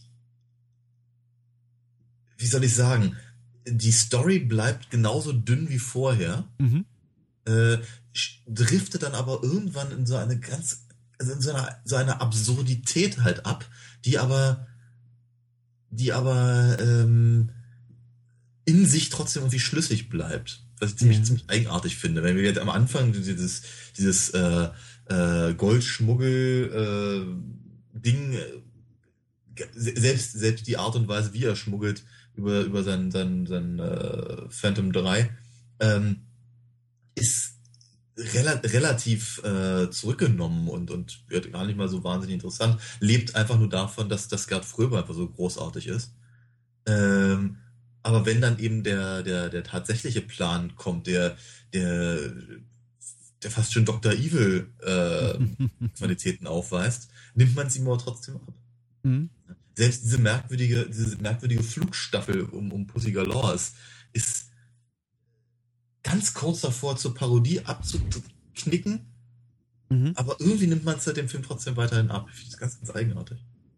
wie soll ich sagen, die Story bleibt genauso dünn wie vorher, mhm. äh, driftet dann aber irgendwann in so eine ganz, also in so eine, so eine Absurdität halt ab, die aber, die aber ähm, in sich trotzdem irgendwie schlüssig bleibt, was ich ziemlich, ja. ziemlich eigenartig finde. Wenn wir jetzt am Anfang dieses, dieses äh, äh, Goldschmuggel äh, Ding, äh, selbst, selbst die Art und Weise, wie er schmuggelt, über, über sein, sein, sein äh, Phantom drei, ähm, ist rela- relativ äh, zurückgenommen und, und wird gar nicht mal so wahnsinnig interessant. Lebt einfach nur davon, dass, dass Gerd Fröber einfach so großartig ist. Ähm, aber wenn dann eben der, der, der tatsächliche Plan kommt, der, der, der fast schon Doktor Evil äh, Qualitäten aufweist, nimmt man sie mal trotzdem ab. Mhm. Selbst diese merkwürdige, diese merkwürdige Flugstaffel um, um Pussy Galore ist, ist ganz kurz davor, zur Parodie abzuknicken, mhm. aber irgendwie nimmt man es halt dem Film trotzdem weiterhin ab. Ich finde das ganz, ganz eigenartig.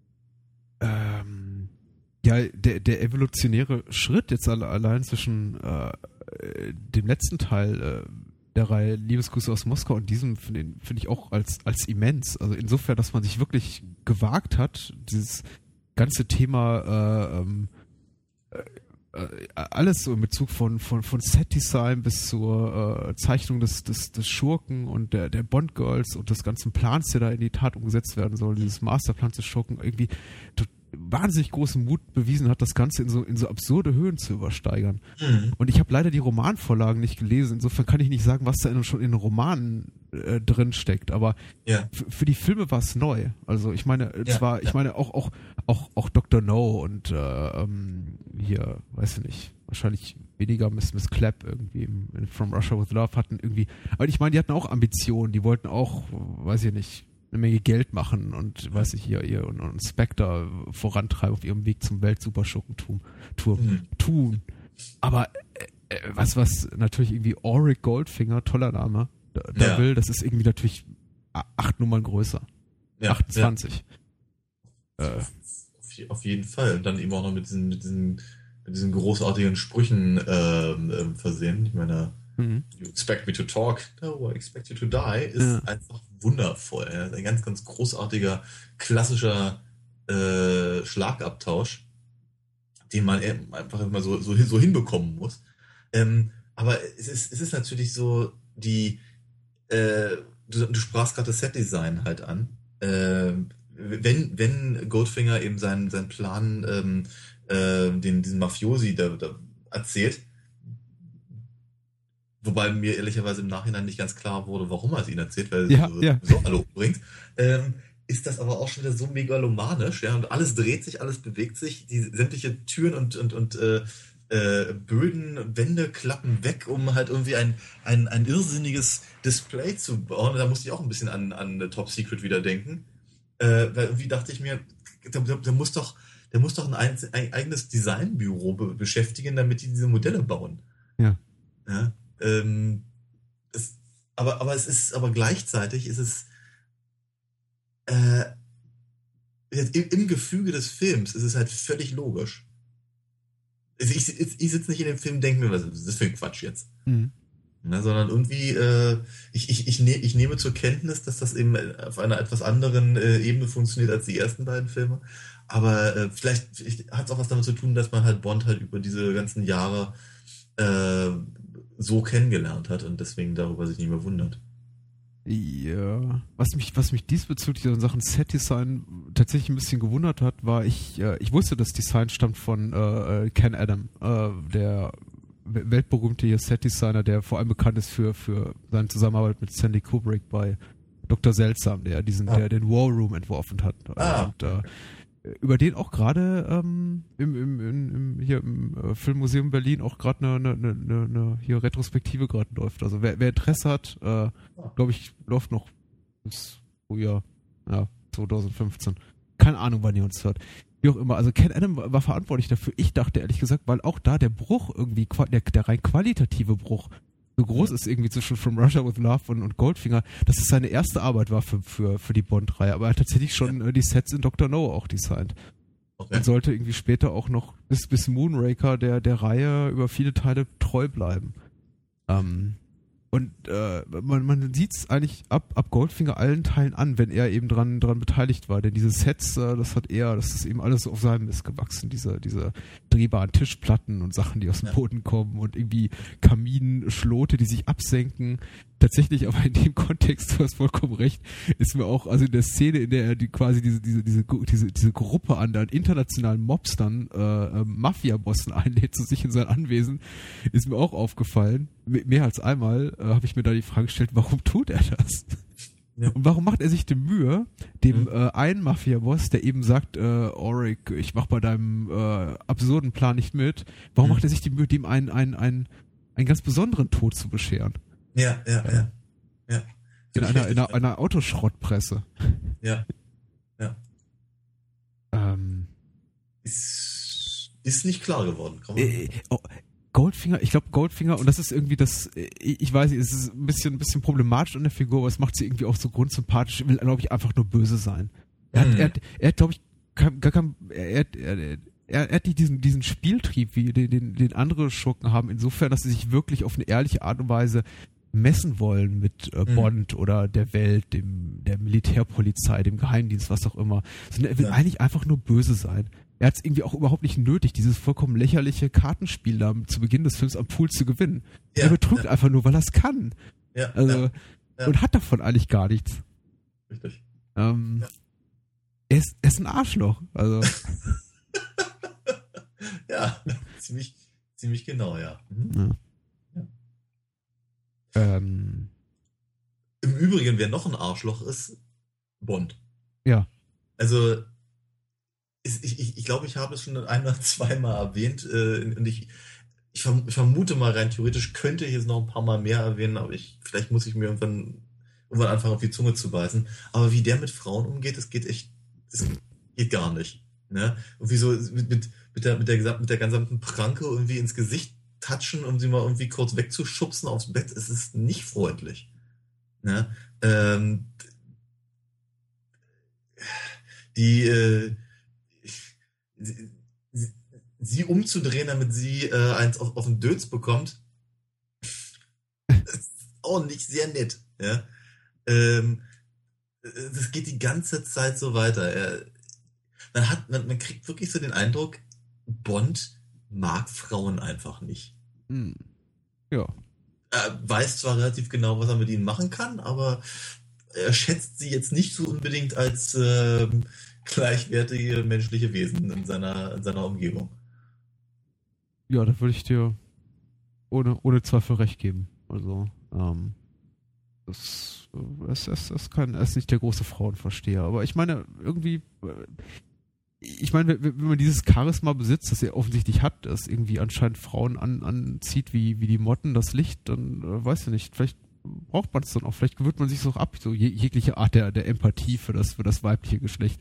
Ähm, ja, der, der evolutionäre Schritt jetzt allein zwischen äh, dem letzten Teil äh, der Reihe Liebesgrüße aus Moskau und diesem finde find ich auch als, als immens. Also insofern, dass man sich wirklich gewagt hat, dieses ganze Thema äh, ähm, äh, alles so in Bezug von, von, von Set-Design bis zur äh, Zeichnung des, des, des Schurken und der, der Bond-Girls und des ganzen Plans, der da in die Tat umgesetzt werden soll, dieses Masterplan des Schurken, irgendwie wahnsinnig großen Mut bewiesen hat, das Ganze in so, in so absurde Höhen zu übersteigern. Mhm. Und ich habe leider die Romanvorlagen nicht gelesen, insofern kann ich nicht sagen, was da in, schon in den Romanen äh, drin steckt. Aber Ja. f- für die Filme war es neu. Also ich meine, Ja, zwar, ich ja. meine auch auch auch auch Doktor No und äh, ähm, hier, weiß ich nicht, wahrscheinlich weniger Miss Miss Clapp irgendwie im, in From Russia with Love hatten irgendwie. Aber ich meine, die hatten auch Ambitionen. Die wollten auch, weiß ich nicht, eine Menge Geld machen und weiß ich hier ihr und, und Spectre vorantreiben auf ihrem Weg zum Welt-Superschurkentum Tour, Mhm. tun. Aber äh, äh, was was natürlich irgendwie Auric Goldfinger, toller Name, da, da Ja. will, das ist irgendwie natürlich a- acht Nummern größer. Ja, achtundzwanzig. Äh, Ja. Auf, je- auf jeden Fall. Und dann eben auch noch mit diesen, mit diesen, mit diesen großartigen Sprüchen ähm, ähm, versehen. Ich meine, mhm. You expect me to talk, no, I expect you to die, ist Ja. einfach wundervoll. Ja. Ist ein ganz, ganz großartiger, klassischer äh, Schlagabtausch, den man eben einfach immer so, so, hin- so hinbekommen muss. Ähm, aber es ist, es ist natürlich so, die, äh, du, du sprachst gerade das Setdesign halt an. Ähm, wenn, wenn Goldfinger eben seinen, seinen Plan, ähm, äh, den, diesen Mafiosi da, da erzählt, wobei mir ehrlicherweise im Nachhinein nicht ganz klar wurde, warum er es ihnen erzählt, weil Ja, er so, ja. so alle umbringt, ähm, ist das aber auch schon wieder so megalomanisch, ja, und alles dreht sich, alles bewegt sich, die sämtliche Türen und, und, und äh, äh, Böden, Wände klappen weg, um halt irgendwie ein, ein, ein irrsinniges Display zu bauen. Und da musste ich auch ein bisschen an, an Top Secret wieder denken, äh, weil irgendwie dachte ich mir, da, da, da muss doch, der muss doch ein, ein eigenes Designbüro be beschäftigen, damit die diese Modelle bauen. Ja. Ja, ähm, es, aber, aber es ist, aber gleichzeitig ist es äh, jetzt im, im Gefüge des Films ist es halt völlig logisch. Also ich, ich, ich sitze nicht in dem Film und denke mir, was ist das für ein Quatsch jetzt? Mhm. Na, sondern irgendwie, äh, ich, ich, ich, ne, ich nehme zur Kenntnis, dass das eben auf einer etwas anderen äh, Ebene funktioniert als die ersten beiden Filme. Aber äh, vielleicht hat es auch was damit zu tun, dass man halt Bond halt über diese ganzen Jahre äh, so kennengelernt hat und deswegen darüber sich nicht mehr wundert. Ja, was mich, was mich diesbezüglich in Sachen Set-Design tatsächlich ein bisschen gewundert hat, war ich, äh, ich wusste, das Design stammt von äh, Ken Adam, äh, der w- weltberühmte hier Set-Designer, der vor allem bekannt ist für, für seine Zusammenarbeit mit Stanley Kubrick bei Doktor Seltsam, der diesen, Ah. der den War Room entworfen hat. Ah. Und äh, über den auch gerade ähm, im, im, im, im, hier im äh, Filmmuseum Berlin auch gerade eine, eine, eine, eine hier Retrospektive gerade läuft. Also wer, wer Interesse hat, äh, glaube ich, läuft noch bis Frühjahr, ja, zwanzig fünfzehn. Keine Ahnung, wann ihr uns hört. Wie auch immer. Also Ken Adam war, war verantwortlich dafür. Ich dachte ehrlich gesagt, weil auch da der Bruch irgendwie, qua- der, der rein qualitative Bruch so groß ist irgendwie zwischen From Russia with Love und, und Goldfinger, dass es seine erste Arbeit war für, für, für die Bond-Reihe. Aber er hat tatsächlich schon äh, die Sets in Doktor No auch designt. Okay. Und sollte irgendwie später auch noch bis, bis Moonraker der, der Reihe über viele Teile treu bleiben. Ähm, und äh, man, man sieht es eigentlich ab, ab Goldfinger allen Teilen an, wenn er eben dran, dran beteiligt war. Denn diese Sets, äh, das hat er, das ist eben alles so auf seinem Mist gewachsen. Diese, diese drehbaren Tischplatten und Sachen, die aus dem Ja. Boden kommen und irgendwie Kaminschlote, die sich absenken. Tatsächlich, aber in dem Kontext, du hast vollkommen recht, ist mir auch, also in der Szene, in der er die quasi diese, diese, diese, diese, diese Gruppe an an internationalen Mobstern, äh, äh, Mafia-Bossen einlädt zu sich in sein Anwesen, ist mir auch aufgefallen. Me- Mehr als einmal äh, habe ich mir da die Frage gestellt, warum tut er das? Ja. Und warum macht er sich die Mühe, dem Mhm. äh, einen Mafia-Boss, der eben sagt, äh, Auric, ich mach bei deinem äh, absurden Plan nicht mit, warum Mhm. macht er sich die Mühe, dem einen, einen, einen, einen ganz besonderen Tod zu bescheren? Ja, ja, ja. ja. In einer, in einer, einer Autoschrottpresse. Ja. Ja. Ähm, Ist, ist nicht klar geworden. Kann man äh, oh, Goldfinger, ich glaube Goldfinger, und das ist irgendwie das, äh, ich weiß nicht, es ist ein bisschen, ein bisschen problematisch an der Figur, aber es macht sie irgendwie auch so grundsympathisch, will, glaube ich, einfach nur böse sein. Er hat, Mhm. er hat, er hat glaube ich, kein, gar kein, er, er, er, er, er hat nicht diesen, diesen Spieltrieb, wie den, den, den andere Schurken haben, insofern, dass sie sich wirklich auf eine ehrliche Art und Weise messen wollen mit äh, Mhm. Bond oder der Welt, dem, der Militärpolizei, dem Geheimdienst, was auch immer. Sondern er will Ja. eigentlich einfach nur böse sein. Er hat es irgendwie auch überhaupt nicht nötig, dieses vollkommen lächerliche Kartenspiel da zu Beginn des Films am Pool zu gewinnen. Ja, er betrügt ja. einfach nur, weil er es kann. Ja, Also, ja, ja. und hat davon eigentlich gar nichts. richtig. Ähm, Ja. er, ist, er ist ein Arschloch. Also, Ja, ziemlich, ziemlich genau, ja. Mhm. ja. Ja. Ähm, Im Übrigen, wer noch ein Arschloch ist, Bond. Ja. Also, ist, ich, ich, ich glaube, ich habe es schon ein oder zweimal erwähnt äh, und ich, ich, verm- ich vermute mal rein theoretisch könnte ich jetzt noch ein paar Mal mehr erwähnen, aber ich, vielleicht muss ich mir irgendwann, irgendwann anfangen, auf die Zunge zu beißen. Aber wie der mit Frauen umgeht, das geht echt, das geht gar nicht. Ne? Und wie so mit, mit, mit, der, mit, der, gesam- mit der gesamten Pranke irgendwie ins Gesicht touchen, um sie mal irgendwie kurz wegzuschubsen aufs Bett, es ist nicht freundlich. Ne? Ähm, die äh, sie, sie, sie umzudrehen, damit sie äh, eins auf, auf den Dötz bekommt, ist auch nicht sehr nett. Ja? Ähm, das geht die ganze Zeit so weiter. Er, man, hat, man, man kriegt wirklich so den Eindruck, Bond mag Frauen einfach nicht. Hm. Ja. Er weiß zwar relativ genau, was er mit ihnen machen kann, aber er schätzt sie jetzt nicht so unbedingt als ähm, gleichwertige menschliche Wesen in seiner, in seiner Umgebung. Ja, da würde ich dir ohne, ohne Zweifel recht geben. Also, ähm, das, es, es, es kann, es ist nicht der große Frauenversteher. Aber ich meine, irgendwie, ich meine, wenn wenn man dieses Charisma besitzt, das er offensichtlich hat, das irgendwie anscheinend Frauen an, anzieht wie, wie die Motten das Licht, dann äh, weiß ich nicht, vielleicht braucht man es dann auch, vielleicht gewöhnt man sich so ab, so je, jegliche Art der, der Empathie für das, für das weibliche Geschlecht.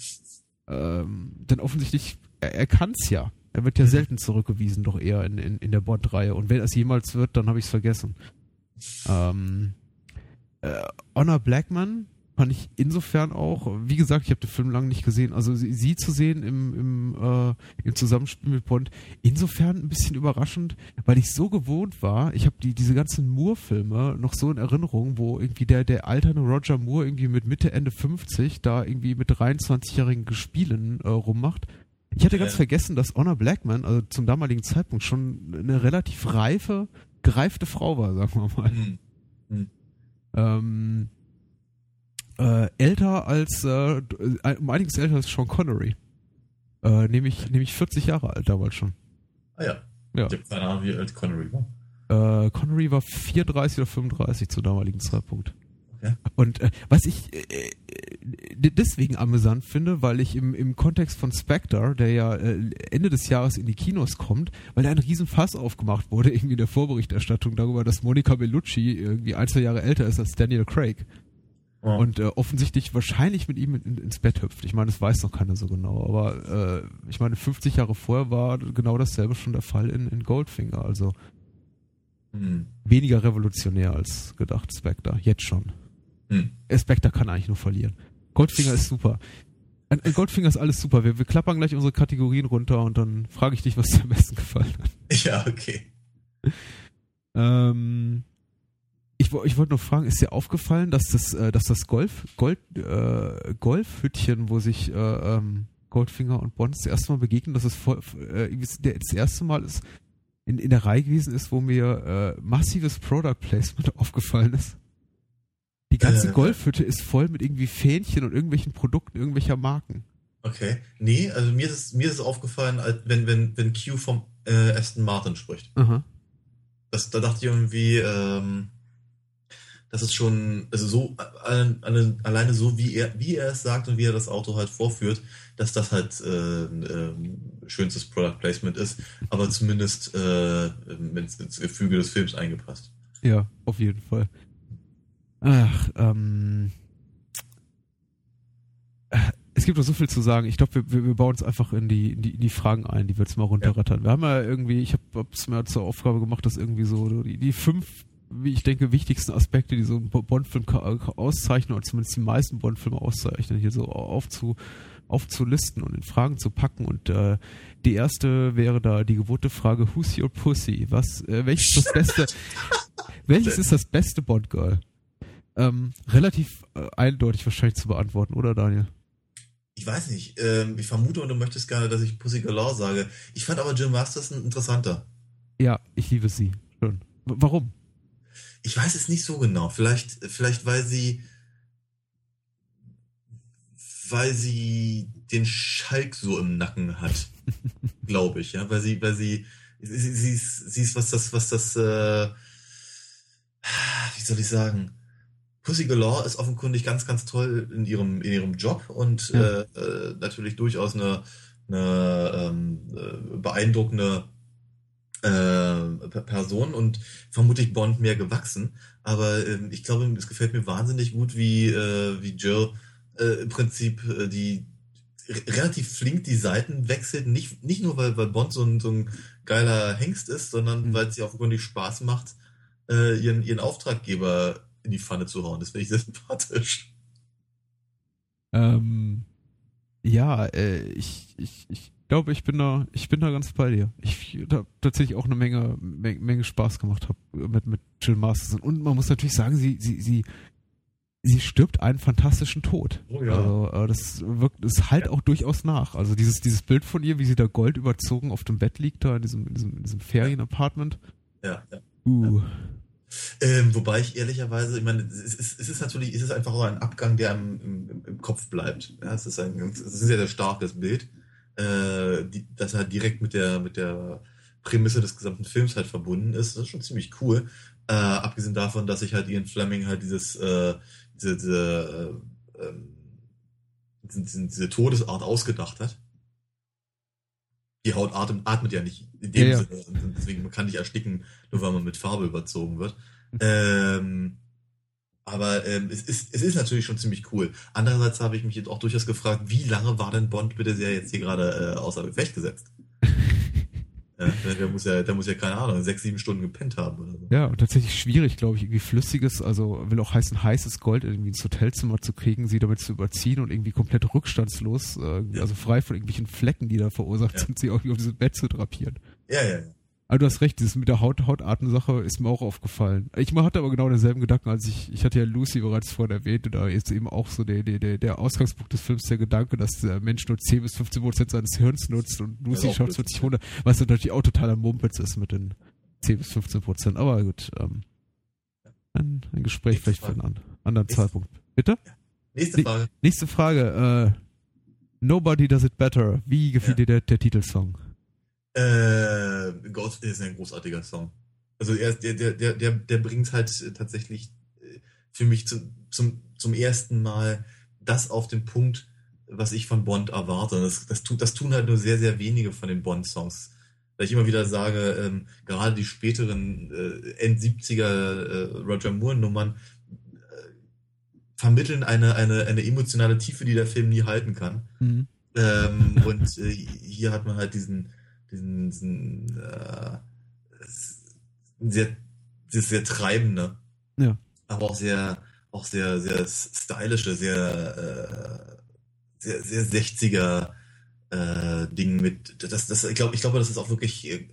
Ähm, denn offensichtlich, er, er kann es ja. Er wird ja selten zurückgewiesen, doch eher in, in, in der Bond-Reihe. Und wenn es jemals wird, dann habe ich es vergessen. Ähm, äh, Honor Blackman fand ich insofern auch, wie gesagt, ich habe den Film lange nicht gesehen, also sie, sie zu sehen im, im, äh, im Zusammenspiel mit Bond, insofern ein bisschen überraschend, weil ich so gewohnt war, ich habe die, diese ganzen Moore-Filme noch so in Erinnerung, wo irgendwie der, der alterne Roger Moore irgendwie mit Mitte, Ende fünfzig da irgendwie mit dreiundzwanzigjährigen Gespielen äh, rummacht. Ich hatte ganz Ja. vergessen, dass Honor Blackman, also zum damaligen Zeitpunkt, schon eine relativ reife, gereifte Frau war, sagen wir mal. Hm. Hm. Ähm, äh, älter als, äh, um einiges älter als Sean Connery. Äh, nämlich, nämlich vierzig Jahre alt damals schon. Ah ja. Ja. Ich habe keine Ahnung, wie alt Connery war. Äh, Connery war vierunddreißig oder fünfunddreißig zu damaligen Zeitpunkt. Okay. Und äh, was ich äh, äh, deswegen amüsant finde, weil ich im, im Kontext von Spectre, der ja äh, Ende des Jahres in die Kinos kommt, weil da ein Riesenfass aufgemacht wurde, irgendwie in der Vorberichterstattung darüber, dass Monica Bellucci irgendwie ein, zwei Jahre älter ist als Daniel Craig. Oh. Und äh, offensichtlich wahrscheinlich mit ihm in, ins Bett hüpft. Ich meine, das weiß noch keiner so genau, aber äh, ich meine, fünfzig Jahre vorher war genau dasselbe schon der Fall in, in Goldfinger, also Hm. weniger revolutionär als gedacht, Spectre, jetzt schon. Hm. Spectre kann eigentlich nur verlieren. Goldfinger ist super. An, an Goldfinger ist alles super. Wir, wir klappern gleich unsere Kategorien runter und dann frage ich dich, was dir am besten gefallen hat. Ja, okay. Ähm, ich wo- ich wollte nur fragen, ist dir aufgefallen, dass das, äh, dass das Golf, Gold, äh, Golfhütchen, wo sich äh, ähm, Goldfinger und Bond das erste Mal begegnen, dass es voll, äh, irgendwie der- das erste Mal ist, in, in der Reihe gewesen ist, wo mir äh, massives Product Placement aufgefallen ist. Die ganze Äh, Golfhütte ist voll mit irgendwie Fähnchen und irgendwelchen Produkten irgendwelcher Marken. Okay. Nee, also mir ist es, mir ist es aufgefallen, als wenn, wenn, wenn Q vom äh, Aston Martin spricht. Aha. Das, da dachte ich irgendwie, ähm, das ist schon, also so, alle, alle, alleine so, wie er, wie er es sagt und wie er das Auto halt vorführt, dass das halt äh, äh, schönstes Product Placement ist, aber zumindest äh, ins, ins Gefüge des Films eingepasst. Ja, auf jeden Fall. Ach, ähm. Es gibt noch so viel zu sagen. Ich glaube, wir, wir, wir bauen uns einfach in die, in die, in die Fragen ein, die wir jetzt mal runterrattern. Wir haben ja irgendwie, ich habe es mir zur Aufgabe gemacht, dass irgendwie so die, die fünf, wie ich denke, wichtigsten Aspekte, die so einen Bond-Film ka- auszeichnen, oder zumindest die meisten Bond-Filme auszeichnen, hier so aufzu, aufzulisten und in Fragen zu packen. Und äh, die erste wäre da die gewohnte Frage, who's your pussy? Was, äh, welches ist das beste, welches ist das beste Bond-Girl? Ähm, relativ äh, eindeutig wahrscheinlich zu beantworten, oder Daniel? Ich weiß nicht, ähm, ich vermute und du möchtest gerne, dass ich Pussy Galore sage. Ich fand aber Jill Masterson interessanter. Ja, ich liebe sie. Schön. W- warum? Ich weiß es nicht so genau. Vielleicht, vielleicht weil sie, weil sie den Schalk so im Nacken hat, glaube ich, ja, weil sie, weil sie, sie, sie, ist, sie ist was das, was das, äh, wie soll ich sagen? Pussy Galore ist offenkundig ganz, ganz toll in ihrem, in ihrem Job und Ja. äh, äh, natürlich durchaus eine, eine ähm, äh, beeindruckende äh, P- Person und vermutlich Bond mehr gewachsen. Aber ähm, ich glaube, es gefällt mir wahnsinnig gut, wie, äh, wie Jill äh, im Prinzip äh, die r- relativ flink die Seiten wechselt. Nicht, nicht nur, weil, weil Bond so ein, so ein geiler Hengst ist, sondern Mhm. weil es ihr offenkundig Spaß macht, äh, ihren, ihren Auftraggeber in die Pfanne zu hauen. Das finde ich sehr sympathisch. Ähm, ja, äh, ich, ich, ich glaube, ich bin da, ich bin da ganz bei dir. Ich habe tatsächlich auch eine Menge, Menge, Menge Spaß gemacht hab mit, mit Jill Masterson. Und man muss natürlich sagen, sie, sie, sie, sie stirbt einen fantastischen Tod. Oh ja. Also, äh, das wirkt, es halt auch durchaus nach. Also dieses, dieses Bild von ihr, wie sie da gold überzogen auf dem Bett liegt, da in diesem, in diesem, in diesem Ferienapartment. Ja, ja. Uh. Ähm, wobei ich ehrlicherweise, ich meine, es ist, es ist natürlich, es ist einfach so ein Abgang, der im, im, im Kopf bleibt. Ja, es ist ein, es ist ein sehr, sehr starkes Bild, äh, die, das halt direkt mit der, mit der Prämisse des gesamten Films halt verbunden ist. Das ist schon ziemlich cool. Äh, abgesehen davon, dass sich halt Ian Fleming halt dieses, äh, diese, diese, äh, ähm, diese, diese Todesart ausgedacht hat. Die Haut atmet, atmet ja nicht in dem Ja, ja. Sinne. Und deswegen man kann nicht ersticken, nur weil man mit Farbe überzogen wird. Ähm, aber ähm, es, ist, es ist natürlich schon ziemlich cool. Andererseits habe ich mich jetzt auch durchaus gefragt, wie lange war denn Bond bitte sehr jetzt hier gerade äh, außer Gefecht gesetzt? Ja, der, der muss ja, der muss ja, keine Ahnung, sechs, sieben Stunden gepennt haben oder so. Ja, und tatsächlich schwierig, glaube ich, irgendwie flüssiges, also will auch heißen, heißes Gold irgendwie ins Hotelzimmer zu kriegen, sie damit zu überziehen und irgendwie komplett rückstandslos, äh, Ja. also frei von irgendwelchen Flecken, die da verursacht Ja. sind, sie irgendwie auf dieses Bett zu drapieren. Ja, ja, ja. Aber du hast recht, dieses mit der Haut, Hautartensache ist mir auch aufgefallen. Ich hatte aber genau denselben Gedanken, als ich, ich hatte ja Lucy bereits vorhin erwähnt, und da ist eben auch so der, der, der, der Ausgangspunkt des Films der Gedanke, dass der Mensch nur zehn bis fünfzehn Prozent seines Hirns nutzt und Lucy Ja, auch schaut blöd. vierzig runter, was natürlich auch totaler Mumpitz ist mit den zehn bis fünfzehn Prozent. Aber gut, ähm, ein, ein Gespräch Nächste vielleicht für einen Frage. an- anderen Nächste- Zeitpunkt. Bitte? Nächste Nee. Frage. Nächste Frage, äh, Nobody Does It Better. Wie gefiel Ja. dir der, der Titelsong? Äh, Ghost ist ein großartiger Song. Also er, der, der, der, der, der bringt halt tatsächlich äh, für mich zum, zum, zum ersten Mal das auf den Punkt, was ich von Bond erwarte. Und Das, das, tut, das tun halt nur sehr, sehr wenige von den Bond-Songs. Weil ich immer wieder sage, ähm, gerade die späteren äh, End-siebziger äh, Roger Moore-Nummern äh, vermitteln eine, eine, eine emotionale Tiefe, die der Film nie halten kann. Mhm. Ähm, und äh, hier hat man halt diesen, diesen, diesen äh, sehr, sehr, sehr treibende, Ja. aber auch sehr, auch sehr, sehr stylische, sehr, äh, sehr, sehr sechziger äh, Ding mit. Das, das, ich glaube, ich glaube, das ist auch wirklich äh,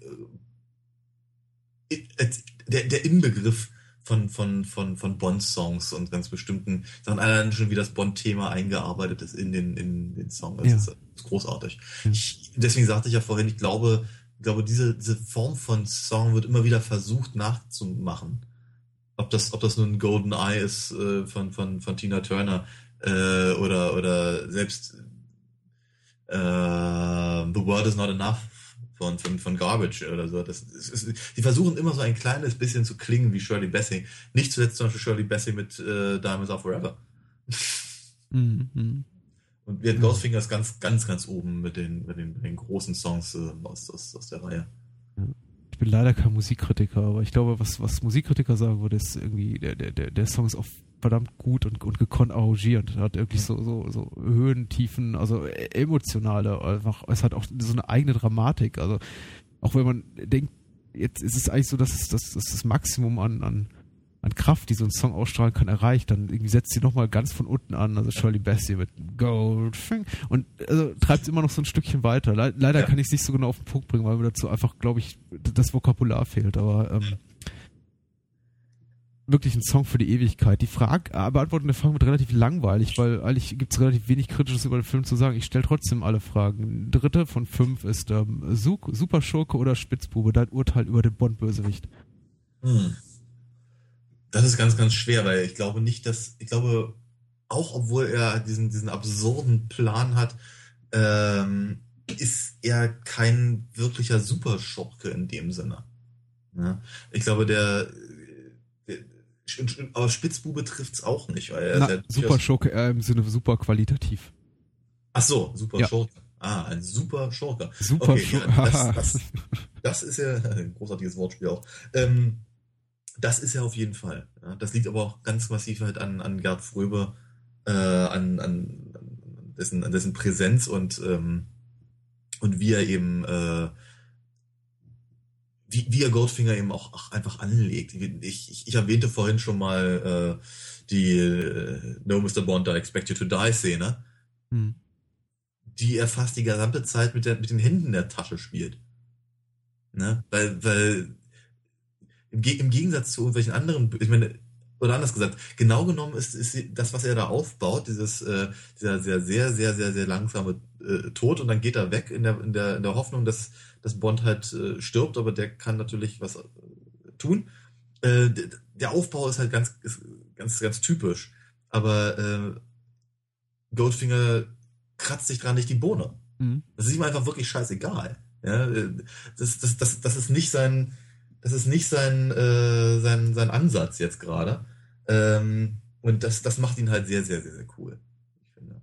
äh, der, der Inbegriff von, von, von, von Bond-Songs und ganz bestimmten Sachen, allein schon wie das Bond-Thema eingearbeitet ist in den, in den Song. Das Ja. ist, das ist großartig. Ja. Ich, deswegen sagte ich ja vorhin, ich glaube, ich glaube, diese, diese Form von Song wird immer wieder versucht nachzumachen. Ob das, ob das nun Golden Eye ist äh, von, von, von Tina Turner äh, oder, oder selbst äh, The World is Not Enough von, von, von Garbage oder so. Das ist, ist, die versuchen immer so ein kleines bisschen zu klingen wie Shirley Bassey. Nicht zuletzt zum Beispiel Shirley Bassey mit äh, Diamonds Are Forever. Mhm. Mhm. Und wir Ja. Goldfinger ist ganz, ganz, ganz oben mit den, mit den, mit den großen Songs äh, aus, aus, aus der Reihe. Ich bin leider kein Musikkritiker, aber ich glaube, was, was Musikkritiker sagen würde, ist irgendwie, der, der, der, der Song ist auch verdammt gut und, und gekonnt arrangierend. Er hat wirklich so, so, so Höhen, Tiefen, also emotionale, einfach, es hat auch so eine eigene Dramatik. Also, auch wenn man denkt, jetzt ist es eigentlich so, dass, es, dass, dass das Maximum an, an, an Kraft, die so ein Song ausstrahlen kann, erreicht, dann irgendwie setzt sie nochmal ganz von unten an, also Shirley Bassey mit Goldfinger und also treibt es immer noch so ein Stückchen weiter. Le leider Ja. kann ich es nicht so genau auf den Punkt bringen, weil mir dazu einfach, glaube ich, das Vokabular fehlt, aber ähm, wirklich ein Song für die Ewigkeit. Die Frage, äh, beantwortende Frage wird relativ langweilig, weil eigentlich gibt es relativ wenig Kritisches über den Film zu sagen. Ich stelle trotzdem alle Fragen. Dritte von fünf ist ähm, Su- Superschurke oder Spitzbube, dein Urteil über den Bond-Bösewicht. Hm. Das ist ganz, ganz schwer, weil ich glaube nicht, dass, ich glaube, auch obwohl er diesen, diesen absurden Plan hat, ähm, ist er kein wirklicher Superschurke in dem Sinne. Ja? Ich glaube, der, der Aber Spitzbube trifft's auch nicht, weil er Na, ist ja super Schurke, äh, im Sinne super qualitativ. Ach so, super Ja. Schurke. Ah, ein super Schurke. Super okay, Schurke. ja, das, das, das ist ja ein großartiges Wortspiel auch. Ähm, das ist ja auf jeden Fall. Ja, das liegt aber auch ganz massiv halt an, an Gerd Fröbe, äh, an, an, an, dessen, an dessen Präsenz und, ähm, und wie er eben, äh, wie, wie er Goldfinger eben auch, auch einfach anlegt. Ich, ich, ich erwähnte vorhin schon mal äh, die äh, No Mister Bond, I Expect You to Die Szene, Hm. die er fast die gesamte Zeit mit, der, mit den Händen in der Tasche spielt. Ne? Weil, weil im, Ge- im Gegensatz zu irgendwelchen anderen, ich meine, oder anders gesagt, genau genommen ist, ist das, was er da aufbaut, dieses äh, dieser sehr, sehr, sehr, sehr, sehr langsame äh, Tod und dann geht er weg in der, in der, in der Hoffnung, dass, dass Bond halt äh, stirbt, aber der kann natürlich was äh, tun. Äh, d- der Aufbau ist halt ganz, ist ganz, ganz typisch. Aber äh, Goldfinger kratzt sich dran nicht die Bohne. Mhm. Das ist ihm einfach wirklich scheißegal. Ja, äh, das, das, das, das ist nicht sein, das ist nicht sein, äh, sein, sein Ansatz jetzt gerade. Ähm, und das, das macht ihn halt sehr, sehr, sehr, sehr cool. Ich finde.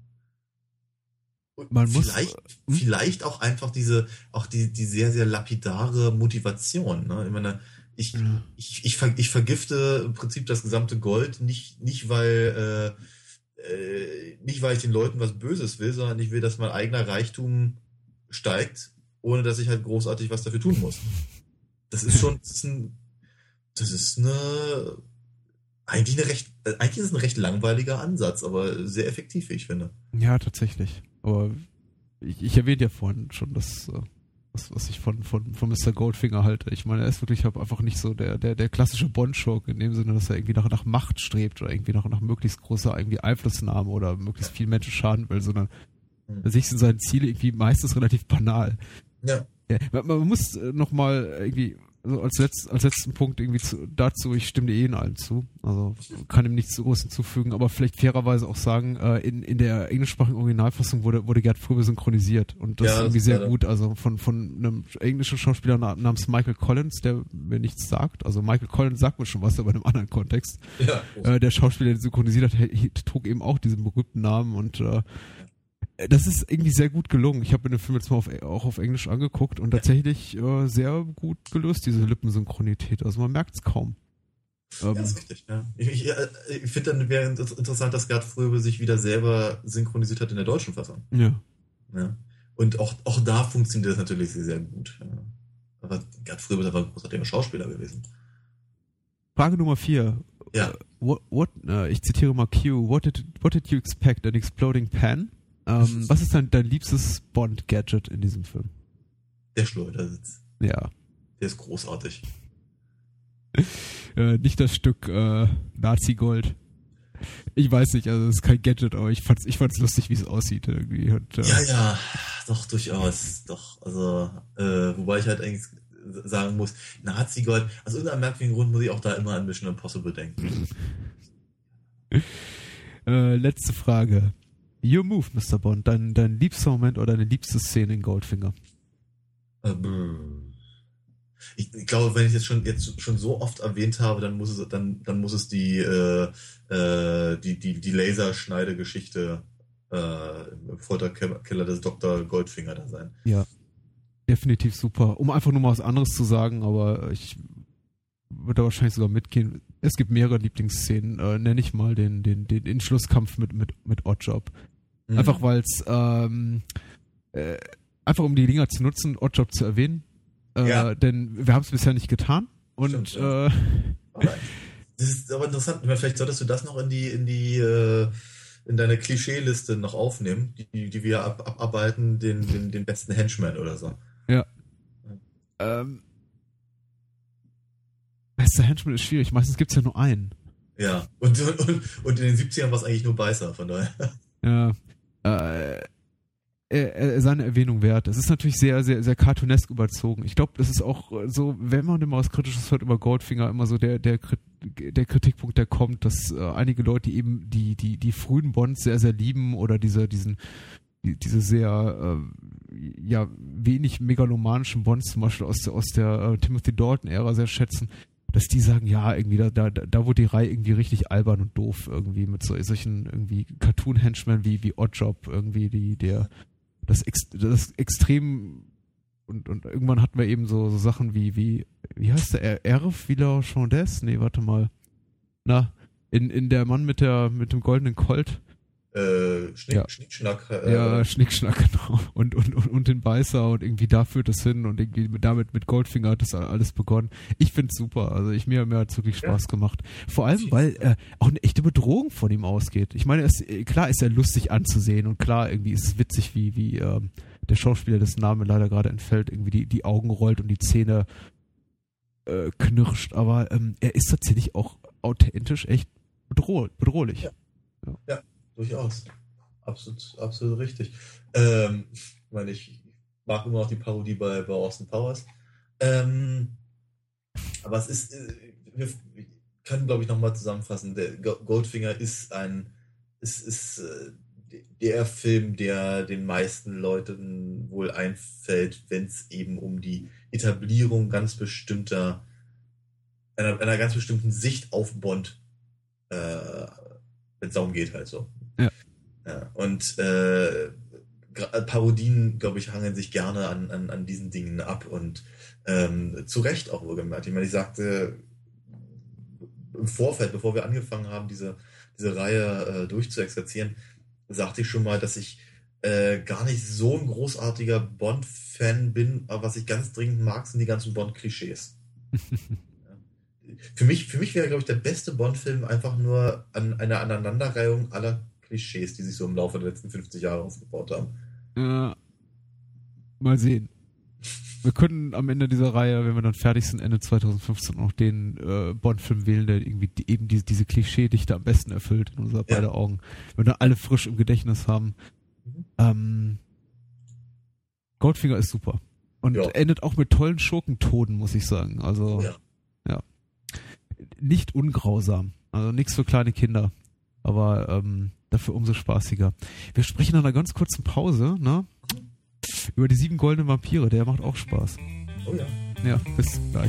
Und Man muss- vielleicht, hm? vielleicht auch einfach diese, auch die, die sehr, sehr lapidare Motivation. Ne? Ich meine, ich, Ja. ich, ich, ver, ich vergifte im Prinzip das gesamte Gold nicht, nicht weil, äh, äh, nicht weil ich den Leuten was Böses will, sondern ich will, dass mein eigener Reichtum steigt, ohne dass ich halt großartig was dafür tun muss. Das ist schon, das ist, ein, das ist eine, eigentlich eine recht, äh, eigentlich ist es ein recht langweiliger Ansatz, aber sehr effektiv, wie ich finde. Ja, tatsächlich. Aber ich, ich erwähnte ja vorhin schon das, äh, was, was ich von, von, von Mister Goldfinger halte. Ich meine, er ist wirklich einfach nicht so der, der, der klassische Bond-Schurke in dem Sinne, dass er irgendwie nach, nach Macht strebt oder irgendwie nach, nach möglichst großer irgendwie Einflussnahme oder möglichst viel Menschen schaden will, sondern Hm. an sich sind seine Ziele irgendwie meistens relativ banal. Ja. Ja, man, man muss äh, noch mal irgendwie so als, letzt, als letzten Punkt irgendwie zu, dazu, ich stimme dir eh in allem zu, also kann ihm nichts zu groß hinzufügen, aber vielleicht fairerweise auch sagen, äh, in, in der englischsprachigen Originalfassung wurde, wurde Gerd Fröbe synchronisiert und das Ja, ist das irgendwie ist sehr leider- gut, also von, von einem englischen Schauspieler na- namens Michael Collins, der mir nichts sagt, also Michael Collins sagt mir schon was, aber in einem anderen Kontext. Ja. Äh, der Schauspieler, der synchronisiert hat, he- trug eben auch diesen berühmten Namen und äh, das ist irgendwie sehr gut gelungen. Ich habe mir den Film jetzt mal auf, auch auf Englisch angeguckt und tatsächlich äh, sehr gut gelöst, diese Lippensynchronität. Also man merkt es kaum. Ähm, Ja, ist richtig. Ja. Ich, ich, äh, ich finde dann wäre inter- interessant, dass Gerd Fröbe sich wieder selber synchronisiert hat in der deutschen Fassung. ja. Ja. Und auch, auch da funktioniert das natürlich sehr, sehr gut. Ja. Aber Gerd Fröbe ist einfach ein großartiger Schauspieler gewesen. Frage Nummer vier. Ja. What, what, äh, ich zitiere mal Q. What did, what did you expect? An exploding pan? Ähm, was ist dein, dein liebstes Bond-Gadget in diesem Film? Der Schleudersitz. Ja. Der ist großartig. Äh, nicht das Stück äh, Nazi-Gold. Ich weiß nicht, also es ist kein Gadget, aber ich fand's, ich fand's lustig, wie es aussieht irgendwie. Und, äh, Ja, ja, doch, durchaus. Doch, also, äh, wobei ich halt eigentlich sagen muss, Nazi-Gold, aus irgendeinem merkwürdigen Grund muss ich auch da immer an Mission Impossible denken. Äh, letzte Frage. Your move, Mister Bond. Dein, dein liebster Moment oder deine liebste Szene in Goldfinger? Äh, brr. Ich, ich glaube, wenn ich jetzt schon jetzt schon so oft erwähnt habe, dann muss es dann dann muss es die äh, äh, die die die Laserschneidegeschichte äh, im Folterkeller des Doktor Goldfinger da sein. Ja. Definitiv super. Um einfach nur mal was anderes zu sagen, aber ich würde da wahrscheinlich sogar mitgehen. Es gibt mehrere Lieblingsszenen. Äh, nenne ich mal den, den, den Entschlusskampf mit, mit, mit Oddjob. Mhm. Einfach weil es ähm, äh, einfach um die Dinger zu nutzen, Oddjob zu erwähnen. Äh, Ja. Denn wir haben es bisher nicht getan. Und Stimmt, ja. äh, Aber das ist aber interessant. Vielleicht solltest du das noch in die in die äh, in deine Klischeeliste noch aufnehmen, die die wir ab, abarbeiten, den den den besten Henchman oder so. ähm, bester Henchman ist schwierig. Meistens gibt es ja nur einen. Ja. Und und, und in den siebzigern war es eigentlich nur Beißer, von daher. Ja. Äh, er, er, seine Erwähnung wert. Es ist natürlich sehr, sehr, sehr cartoonesk überzogen. Ich glaube, das ist auch so, wenn man immer was Kritisches hört über Goldfinger, immer so der, der, der Kritikpunkt, der kommt, dass äh, einige Leute eben die, die, die frühen Bonds sehr, sehr lieben oder diese, diesen, die, diese sehr, äh, ja, wenig megalomanischen Bonds zum Beispiel aus der, aus der äh, Timothy Dalton-Ära sehr schätzen. dass die sagen, ja, irgendwie, da, da, da wurde die Reihe irgendwie richtig albern und doof irgendwie mit so, solchen irgendwie Cartoon-Henchmen wie, wie Oddjob irgendwie, die, der, das, Ex, das extrem und, und irgendwann hatten wir eben so, so Sachen wie, wie, wie heißt der, Erf Villachandès? Nee, warte mal. Na, in, in der Mann mit der, mit dem goldenen Colt. Äh, Schnick, Ja. Schnickschnack. Äh, Ja, Schnickschnack, genau. Und, und, und, und den Beißer und irgendwie da führt es hin und irgendwie mit, damit mit Goldfinger hat das alles begonnen. Ich find's super. Also ich, mir, mir hat's wirklich Spaß gemacht. Vor allem, weil äh, auch eine echte Bedrohung von ihm ausgeht. Ich meine, es, klar ist er lustig anzusehen und klar irgendwie ist es witzig, wie, wie ähm, der Schauspieler, dessen Name leider gerade entfällt, irgendwie die, die Augen rollt und die Zähne äh, knirscht. Aber ähm, er ist tatsächlich auch authentisch echt bedroh bedrohlich. Ja. Ja. ja. Durchaus. Absolut, absolut richtig. Ähm, ich meine, ich mag immer noch die Parodie bei, bei Austin Powers. Ähm, aber es ist, äh, wir können, glaube ich, nochmal zusammenfassen. Der Goldfinger ist ein, ist, ist äh, der Film, der den meisten Leuten wohl einfällt, wenn es eben um die Etablierung ganz bestimmter, einer, einer ganz bestimmten Sicht auf Bond, äh, wenn es darum geht halt so. Ja. Ja, und äh, Parodien, glaube ich, hangeln sich gerne an, an, an diesen Dingen ab und ähm, zu Recht auch wohlgemerkt. Ich meine, ich sagte im Vorfeld, bevor wir angefangen haben, diese, diese Reihe äh, durchzuexerzieren, sagte ich schon mal, dass ich äh, gar nicht so ein großartiger Bond-Fan bin, aber was ich ganz dringend mag, sind die ganzen Bond-Klischees. Für mich, für mich wäre, glaube ich, der beste Bond-Film einfach nur an einer Aneinanderreihung aller Klischees, die sich so im Laufe der letzten fünfzig Jahre aufgebaut haben. Ja, mal sehen. Wir können am Ende dieser Reihe, wenn wir dann fertig sind, Ende zwanzig fünfzehn noch den äh, Bond-Film wählen, der irgendwie die, eben diese, diese Klischeedichte am besten erfüllt in unserer Ja. beide Augen. Wenn wir dann alle frisch im Gedächtnis haben. Mhm. Ähm, Goldfinger ist super. Und Ja. endet auch mit tollen Schurkentoden, muss ich sagen. Also, Ja. ja. Nicht ungrausam. Also nichts für kleine Kinder. Aber ähm, dafür umso spaßiger. Wir sprechen nach einer ganz kurzen Pause, ne? Über die sieben goldenen Vampire, der macht auch Spaß. Oh ja. Ja, bis gleich.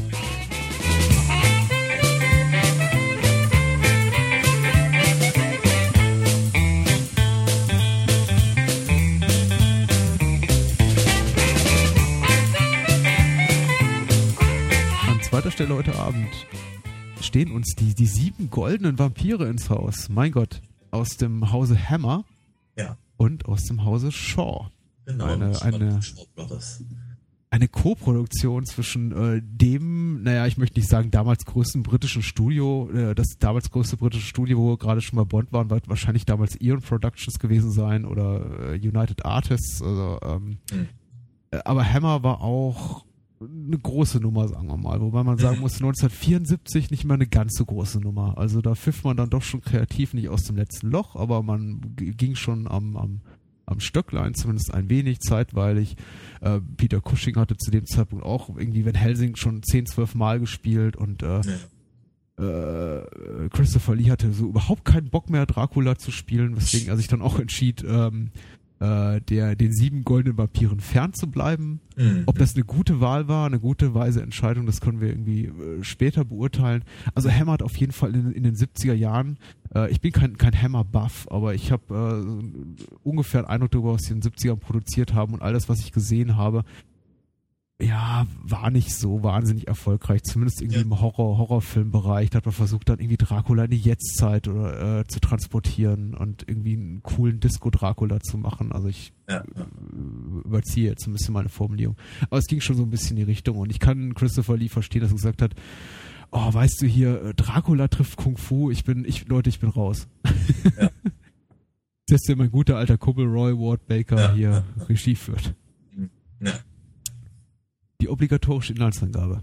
An zweiter Stelle heute Abend stehen uns die, die sieben goldenen Vampire ins Haus. Mein Gott, aus dem Hause Hammer Ja. und aus dem Hause Shaw. Genau. Eine- das war eine- die Shaw Brothers. Eine Co-Produktion zwischen äh, dem, naja, ich möchte nicht sagen damals größten britischen Studio, äh, das damals größte britische Studio, wo gerade schon mal Bond waren, wird wahrscheinlich damals Eon Productions gewesen sein oder äh, United Artists. Also, ähm, Hm. äh, aber Hammer war auch eine große Nummer, sagen wir mal, wobei man sagen muss, neunzehnhundertvierundsiebzig nicht mal eine ganz so große Nummer. Also da pfiff man dann doch schon kreativ nicht aus dem letzten Loch, aber man g- ging schon am, am am Stöcklein, zumindest ein wenig zeitweilig. Äh, Peter Cushing hatte zu dem Zeitpunkt auch irgendwie Van Helsing schon zehn, zwölf Mal gespielt und äh, Ja. äh, Christopher Lee hatte so überhaupt keinen Bock mehr, Dracula zu spielen, weswegen er sich dann auch entschied, ähm, äh, der, den sieben goldenen Vampiren fernzubleiben. Mhm. Ob das eine gute Wahl war, eine gute, weise Entscheidung, das können wir irgendwie äh, später beurteilen. Also Hammer hat auf jeden Fall in, in den siebziger Jahren, äh, ich bin kein, kein Hammer-Buff, aber ich habe äh, ungefähr einen Eindruck darüber, was sie in den siebzigern produziert haben und all das, was ich gesehen habe, ja, war nicht so wahnsinnig erfolgreich, zumindest irgendwie Ja. im Horror, Horrorfilmbereich. Da hat man versucht, dann irgendwie Dracula in die Jetztzeit oder äh, zu transportieren und irgendwie einen coolen Disco-Dracula zu machen. Also ich Ja, ja. äh, überziehe jetzt ein bisschen meine Formulierung. Aber es ging schon so ein bisschen in die Richtung und ich kann Christopher Lee verstehen, dass er gesagt hat, oh, weißt du hier, äh, Dracula trifft Kung Fu, ich bin, ich, Leute, ich bin raus. Ja. Dass der mein guter alter Kumpel Roy Ward Baker Ja, hier ja, ja. Regie führt. Ja. Die obligatorische Inhaltsangabe.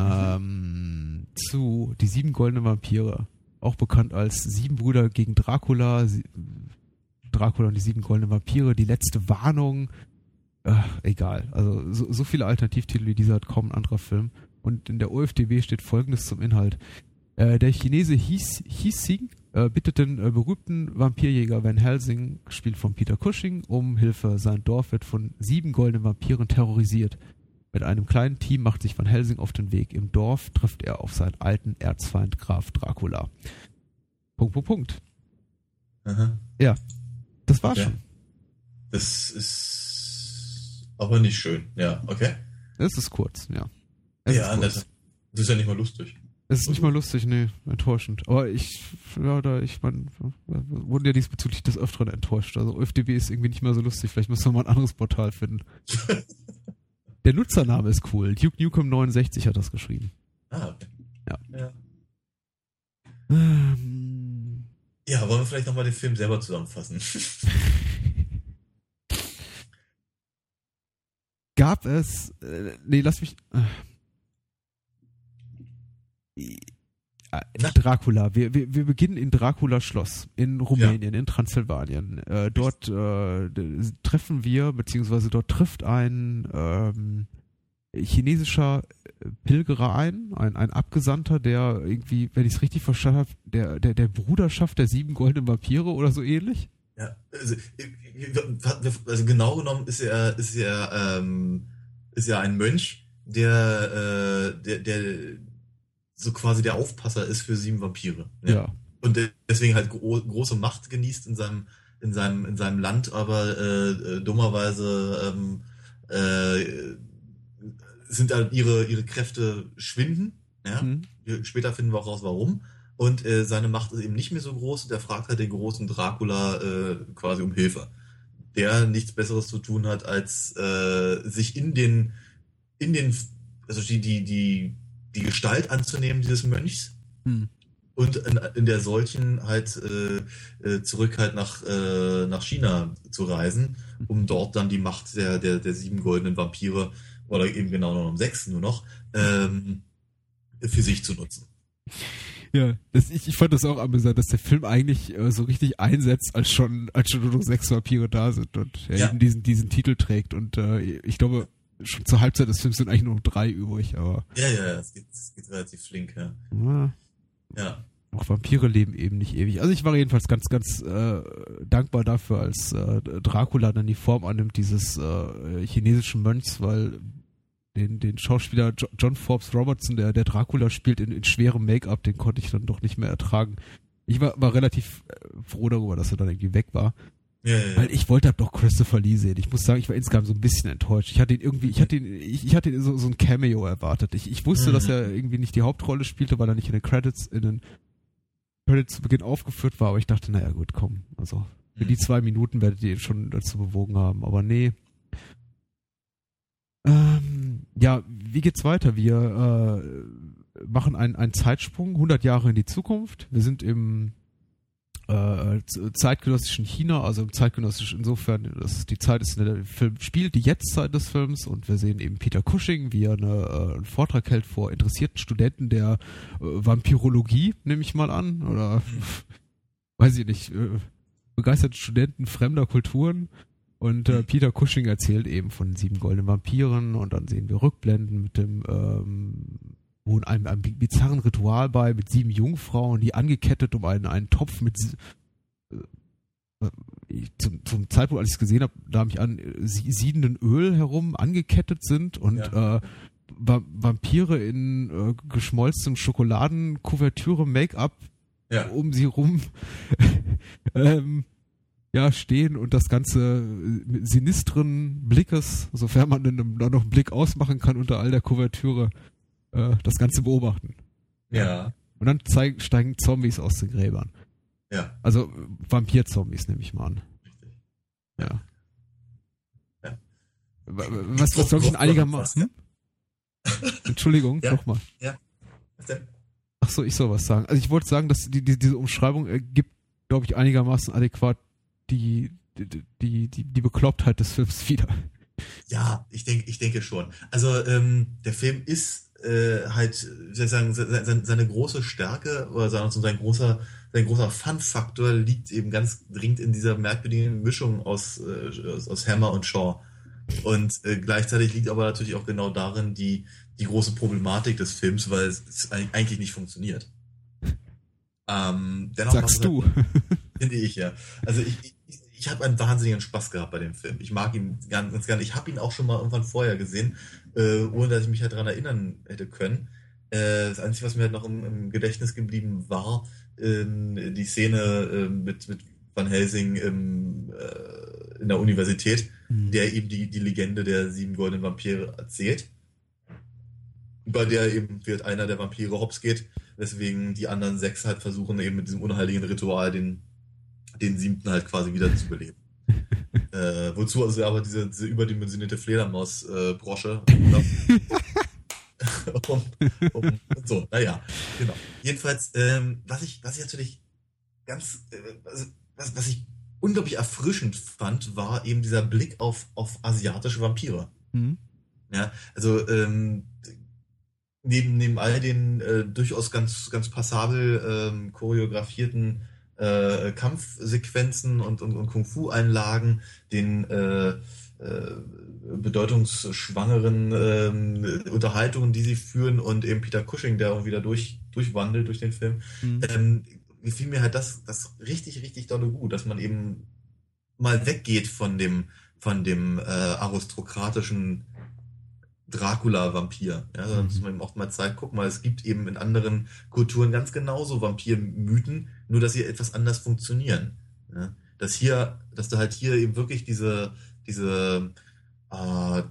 Ähm, zu Die sieben goldenen Vampire. Auch bekannt als Sieben Brüder gegen Dracula. Sie, Dracula und die sieben goldenen Vampire. Die letzte Warnung. Äh, egal. Also so, so viele Alternativtitel wie dieser hat kaum ein anderer Film. Und in der O F D B steht Folgendes zum Inhalt. Äh, der Chinese His, Hising äh, bittet den äh, berühmten Vampirjäger Van Helsing, gespielt von Peter Cushing, um Hilfe. Sein Dorf wird von sieben goldenen Vampiren terrorisiert. Mit einem kleinen Team macht sich Van Helsing auf den Weg. Im Dorf trifft er auf seinen alten Erzfeind Graf Dracula. Punkt, Punkt, Punkt. Aha. Ja, das war's Okay. schon. Das ist aber nicht schön. Ja, okay. Es ist kurz, ja. Es Ja, ist kurz. das, das ist ja nicht mal lustig. Es ist nicht mal lustig, nee, enttäuschend. Aber ich, ja, da, ich meine, wurden ja diesbezüglich des Öfteren enttäuscht. Also Ö F D B ist irgendwie nicht mehr so lustig. Vielleicht müssen wir mal ein anderes Portal finden. Der Nutzername ist cool. Duke Nukem neunundsechzig hat das geschrieben. Ah, okay. Ja. Ja, Ähm, ja wollen wir vielleicht nochmal den Film selber zusammenfassen? Gab es, äh, nee, lass mich, äh, Na? Dracula. Wir, wir, wir beginnen in Dracula Schloss in Rumänien, in Transsilvanien. Äh, dort äh, d- treffen wir, beziehungsweise dort trifft ein ähm, chinesischer Pilgerer ein, ein, ein Abgesandter, der irgendwie, wenn ich es richtig verstanden habe, der, der, der Bruderschaft der sieben goldenen Vampire oder so ähnlich. Ja, also, also genau genommen ist er, ist er, ähm, ist er ein Mönch, der, äh, der, der so quasi der Aufpasser ist für sieben Vampire. Ja. Und deswegen halt gro große Macht genießt in seinem, in seinem, in seinem Land, aber äh, dummerweise ähm, äh, sind halt ihre, ihre Kräfte schwinden. Ja? Mhm. Später finden wir auch raus, warum. Und äh, seine Macht ist eben nicht mehr so groß und er fragt halt den großen Dracula äh, quasi um Hilfe. Der nichts Besseres zu tun hat, als äh, sich in den, in den, also die, die, die, die Gestalt anzunehmen dieses Mönchs Hm. und in, in der solchen halt äh, äh, zurück halt nach, äh, nach China zu reisen, um dort dann die Macht der, der, der sieben goldenen Vampire oder eben genau noch um sechs nur noch ähm, für sich zu nutzen. Ja, das, ich, ich fand das auch amüsant, dass der Film eigentlich äh, so richtig einsetzt, als schon, als schon nur noch sechs Vampire da sind und er Ja. eben diesen, diesen Titel trägt. Und äh, ich glaube, schon zur Halbzeit des Films sind eigentlich nur noch drei übrig, aber Ja, ja, ja, es geht, es geht relativ flink, ja. ja, Ja, auch Vampire leben eben nicht ewig. Also ich war jedenfalls ganz, ganz äh, dankbar dafür, als äh, Dracula dann die Form annimmt dieses äh, chinesischen Mönchs, weil den, den Schauspieler Jo- John Forbes Robertson, der, der Dracula spielt, in, in schwerem Make-up, den konnte ich dann doch nicht mehr ertragen. Ich war, war relativ äh, froh darüber, dass er dann irgendwie weg war. ja, ja, ja. Weil ich wollte doch Christopher Lee sehen. Ich muss sagen, ich war insgesamt so ein bisschen enttäuscht. Ich hatte ihn irgendwie, ich hatte ihn, ich, ich hatte ihn so, so ein Cameo erwartet. Ich, ich wusste, Mhm. dass er irgendwie nicht die Hauptrolle spielte, weil er nicht in den Credits, in den Credits zu Beginn aufgeführt war, aber ich dachte, naja gut, komm, also für Mhm. die zwei Minuten werdet ihr ihn schon dazu bewogen haben, aber nee. Ähm, ja, wie geht's weiter? Wir äh, machen einen, einen Zeitsprung, hundert Jahre in die Zukunft. Wir sind im äh, z- zeitgenössischen China, also im zeitgenössischen insofern, dass die Zeit ist, in der der Film spielt, die Jetztzeit des Films, und wir sehen eben Peter Cushing, wie er eine, äh, einen Vortrag hält vor interessierten Studenten der äh, Vampirologie, nehme ich mal an, oder weiß ich nicht, äh, begeisterte Studenten fremder Kulturen. Und äh, Peter Cushing erzählt eben von den sieben goldenen Vampiren, und dann sehen wir Rückblenden mit dem ähm, wo in einem, einem bizarren Ritual bei mit sieben Jungfrauen, die angekettet um einen, einen Topf mit sie- äh, ich, zum, zum Zeitpunkt, als ich es gesehen habe, nahm ich an, sie, siedenden Öl herum angekettet sind und Ja. äh, Va- Vampire in äh, geschmolzenem Schokoladenkuvertüre Make-up ja. um sie rum ähm, ja, stehen und das Ganze mit sinistren Blickes, sofern man denn da noch einen Blick ausmachen kann unter all der Kuvertüre, äh, das Ganze beobachten. Ja, Und dann zeigen, steigen Zombies aus den Gräbern. ja, Also Vampir-Zombies, nehme ich mal an. richtig. Ja. Ja. Was, was, was soll ich denn einigermaßen? Hm? Entschuldigung, Ja. nochmal. Was denn? Ach so, ich soll was sagen. Also ich wollte sagen, dass die, die, diese Umschreibung ergibt, glaube ich, einigermaßen adäquat die, die, die, die, die Beklopptheit des Films wieder. Ja, ich denke, ich denke schon. Also ähm, der Film ist äh, halt, wie soll ich sagen, se- se- seine große Stärke oder sagen wir so, sein großer, sein großer Fun-Faktor liegt eben ganz dringend in dieser merkwürdigen Mischung aus, äh, aus, aus Hammer und Shaw. Und äh, gleichzeitig liegt aber natürlich auch genau darin die, die große Problematik des Films, weil es, es eigentlich nicht funktioniert. Ähm, dennoch Sagst macht es du. halt, finde ich ja. Also ich, ich, ich habe einen wahnsinnigen Spaß gehabt bei dem Film. Ich mag ihn ganz, ganz gerne. Ich habe ihn auch schon mal irgendwann vorher gesehen, äh, ohne dass ich mich halt daran erinnern hätte können. Äh, das Einzige, was mir halt noch im, im Gedächtnis geblieben war, äh, die Szene äh, mit, mit Van Helsing im, äh, in der Universität, mhm. der eben die, die Legende der sieben goldenen Vampire erzählt. Bei der eben wird einer der Vampire hops geht, weswegen die anderen sechs halt versuchen, eben mit diesem unheiligen Ritual den, den siebten halt quasi wieder zu beleben. äh, wozu also aber diese, diese überdimensionierte Fledermaus-Brosche äh, um, um, so, naja, genau. Jedenfalls, ähm, was ich, was ich natürlich ganz, äh, was, was ich unglaublich erfrischend fand, war eben dieser Blick auf, auf asiatische Vampire. Mhm. Ja, also, ähm, neben, neben all den äh, durchaus ganz, ganz passabel ähm, choreografierten äh, Kampfsequenzen und, und, und Kung-Fu-Einlagen, den äh, äh, bedeutungsschwangeren äh, Unterhaltungen, die sie führen und eben Peter Cushing, der auch wieder durch, durchwandelt durch den Film, mhm. ähm, gefiel mir halt das, das richtig, richtig dolle gut, dass man eben mal weggeht von dem, von dem äh, aristokratischen Dracula-Vampir. Ja, da muss man eben auch mal Zeit gucken, weil es gibt eben in anderen Kulturen ganz genauso Vampir-Mythen, nur dass sie etwas anders funktionieren. Ja, dass hier, dass du halt hier eben wirklich diese, diese äh,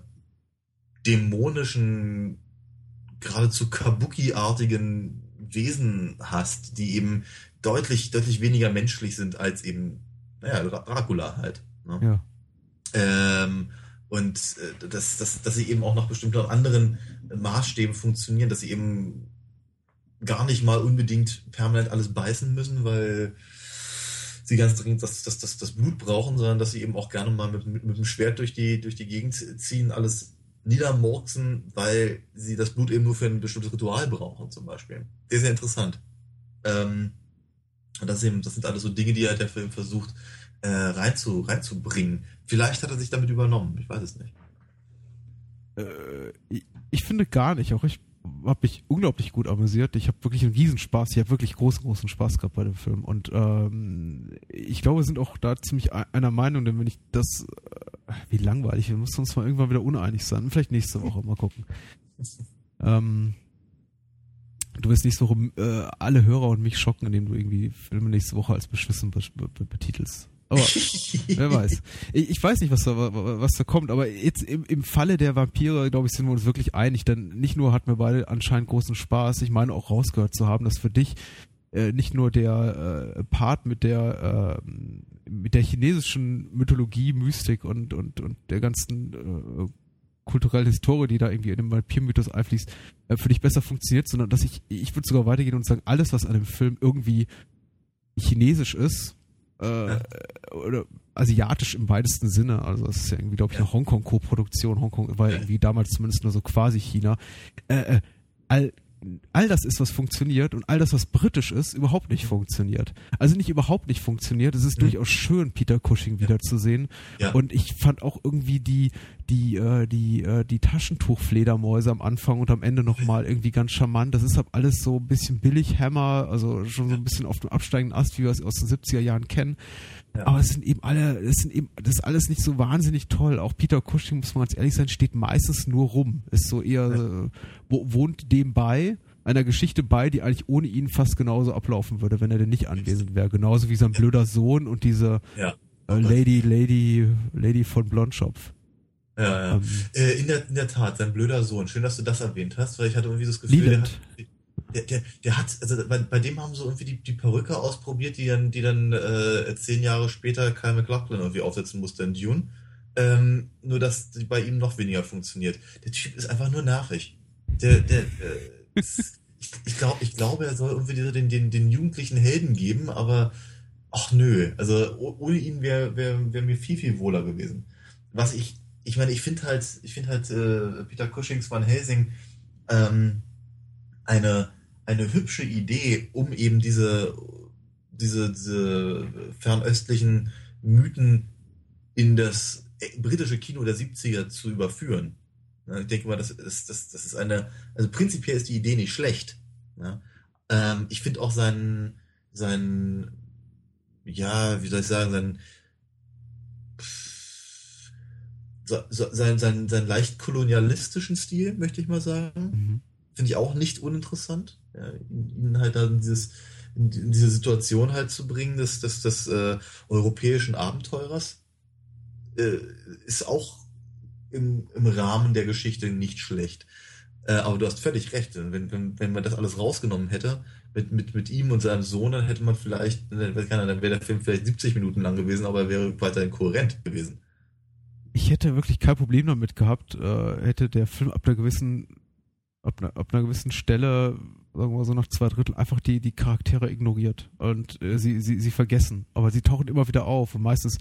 dämonischen, geradezu Kabuki-artigen Wesen hast, die eben deutlich, deutlich weniger menschlich sind als eben, naja, Dracula halt. Ne? Ja. Ähm, und äh, dass, dass, dass sie eben auch nach bestimmten anderen Maßstäben funktionieren, dass sie eben gar nicht mal unbedingt permanent alles beißen müssen, weil sie ganz dringend das, das, das, das Blut brauchen, sondern dass sie eben auch gerne mal mit, mit, mit dem Schwert durch die, durch die Gegend ziehen, alles niedermurksen, weil sie das Blut eben nur für ein bestimmtes Ritual brauchen, zum Beispiel. Sehr, sehr interessant. Ähm, und das, ist eben, das sind alles so Dinge, die halt der Film versucht äh, reinzu, reinzubringen. Vielleicht hat er sich damit übernommen, ich weiß es nicht. Äh, ich, ich finde gar nicht, auch ich habe mich unglaublich gut amüsiert. Ich habe wirklich einen Riesenspaß. Ich habe wirklich großen, großen Spaß gehabt bei dem Film. Und ähm, ich glaube, wir sind auch da ziemlich einer Meinung, denn wenn ich das, äh, wie langweilig, wir müssen uns mal irgendwann wieder uneinig sein. Vielleicht nächste Woche mal gucken. ähm, du wirst nächste Woche äh, alle Hörer und mich schocken, indem du irgendwie Filme nächste Woche als beschissen be- be- betitelst. Aber wer weiß. Ich, ich weiß nicht, was da, was da kommt, aber jetzt im, im Falle der Vampire, glaube ich, sind wir uns wirklich einig, denn nicht nur hatten wir beide anscheinend großen Spaß, ich meine auch rausgehört zu haben, dass für dich äh, nicht nur der äh, Part mit der äh, mit der chinesischen Mythologie, Mystik und und und der ganzen äh, kulturellen Historie, die da irgendwie in dem Vampirmythos einfließt, äh, für dich besser funktioniert, sondern dass ich, ich würde sogar weitergehen und sagen, alles, was an dem Film irgendwie chinesisch ist, Äh, ja. oder asiatisch im weitesten Sinne, also das ist ja irgendwie, glaube ich, eine Hongkong-Co-Produktion, Hongkong war ja irgendwie damals zumindest nur so quasi China, äh, äh, all, all das ist, was funktioniert und all das, was britisch ist, überhaupt nicht funktioniert. Also nicht überhaupt nicht funktioniert, es ist mhm. durchaus schön, Peter Cushing wiederzusehen ja. und ich fand auch irgendwie die die äh, die äh, die Taschentuchfledermäuse am Anfang und am Ende nochmal irgendwie ganz charmant. Das ist halt alles so ein bisschen billig Hammer, also schon so ein bisschen auf dem absteigenden Ast, wie wir es aus den siebziger Jahren kennen. Ja. Aber es sind eben alle, es sind eben, das ist alles nicht so wahnsinnig toll. Auch Peter Cushing, muss man ganz ehrlich sein, steht meistens nur rum. Ist so eher, ja. äh, wohnt dem bei, einer Geschichte bei, die eigentlich ohne ihn fast genauso ablaufen würde, wenn er denn nicht anwesend wäre. Genauso wie sein blöder Sohn und diese ja. äh, Lady, Lady, Lady von Blondschopf. Ja, ja. Ähm, äh, in, der, in der Tat, sein blöder Sohn. Schön, dass du das erwähnt hast, weil ich hatte irgendwie das Gefühl, der hat, der, der, der hat, also bei, bei dem haben sie irgendwie die, die Perücke ausprobiert, die dann, die dann äh, zehn Jahre später Kyle MacLachlan irgendwie aufsetzen musste in Dune. Ähm, nur, dass die bei ihm noch weniger funktioniert. Der Typ ist einfach nur nervig. Der, der, äh, ist, ich, ich, glaub, ich glaube, er soll irgendwie den, den, den jugendlichen Helden geben, aber ach nö, also ohne ihn wäre wär, wär mir viel, viel wohler gewesen. Was ich Ich meine, ich finde halt, ich finde halt äh, Peter Cushings Van Helsing ähm, eine eine hübsche Idee, um eben diese diese diese fernöstlichen Mythen in das britische Kino der siebziger zu überführen. Ja, ich denke mal, das ist das das ist eine, also prinzipiell ist die Idee nicht schlecht. Ja? Ähm, ich finde auch sein sein ja, wie soll ich sagen, sein so, so, seinen, seinen, seinen leicht kolonialistischen Stil, möchte ich mal sagen. Mhm. Finde ich auch nicht uninteressant. Ja, ihn, ihn halt dann dieses, in, in diese Situation halt zu bringen, des, des, des äh, europäischen Abenteurers, äh, ist auch im, im Rahmen der Geschichte nicht schlecht. Äh, aber du hast völlig recht. Wenn, wenn, wenn man das alles rausgenommen hätte, mit, mit, mit ihm und seinem Sohn, dann hätte man vielleicht, dann wäre der Film vielleicht siebzig Minuten lang gewesen, aber er wäre weiterhin kohärent gewesen. Ich hätte wirklich kein Problem damit gehabt, äh, hätte der Film ab einer gewissen, ab einer, ab einer gewissen Stelle, sagen wir so nach zwei Drittel, einfach die, die Charaktere ignoriert und äh, sie, sie, sie vergessen. Aber sie tauchen immer wieder auf und meistens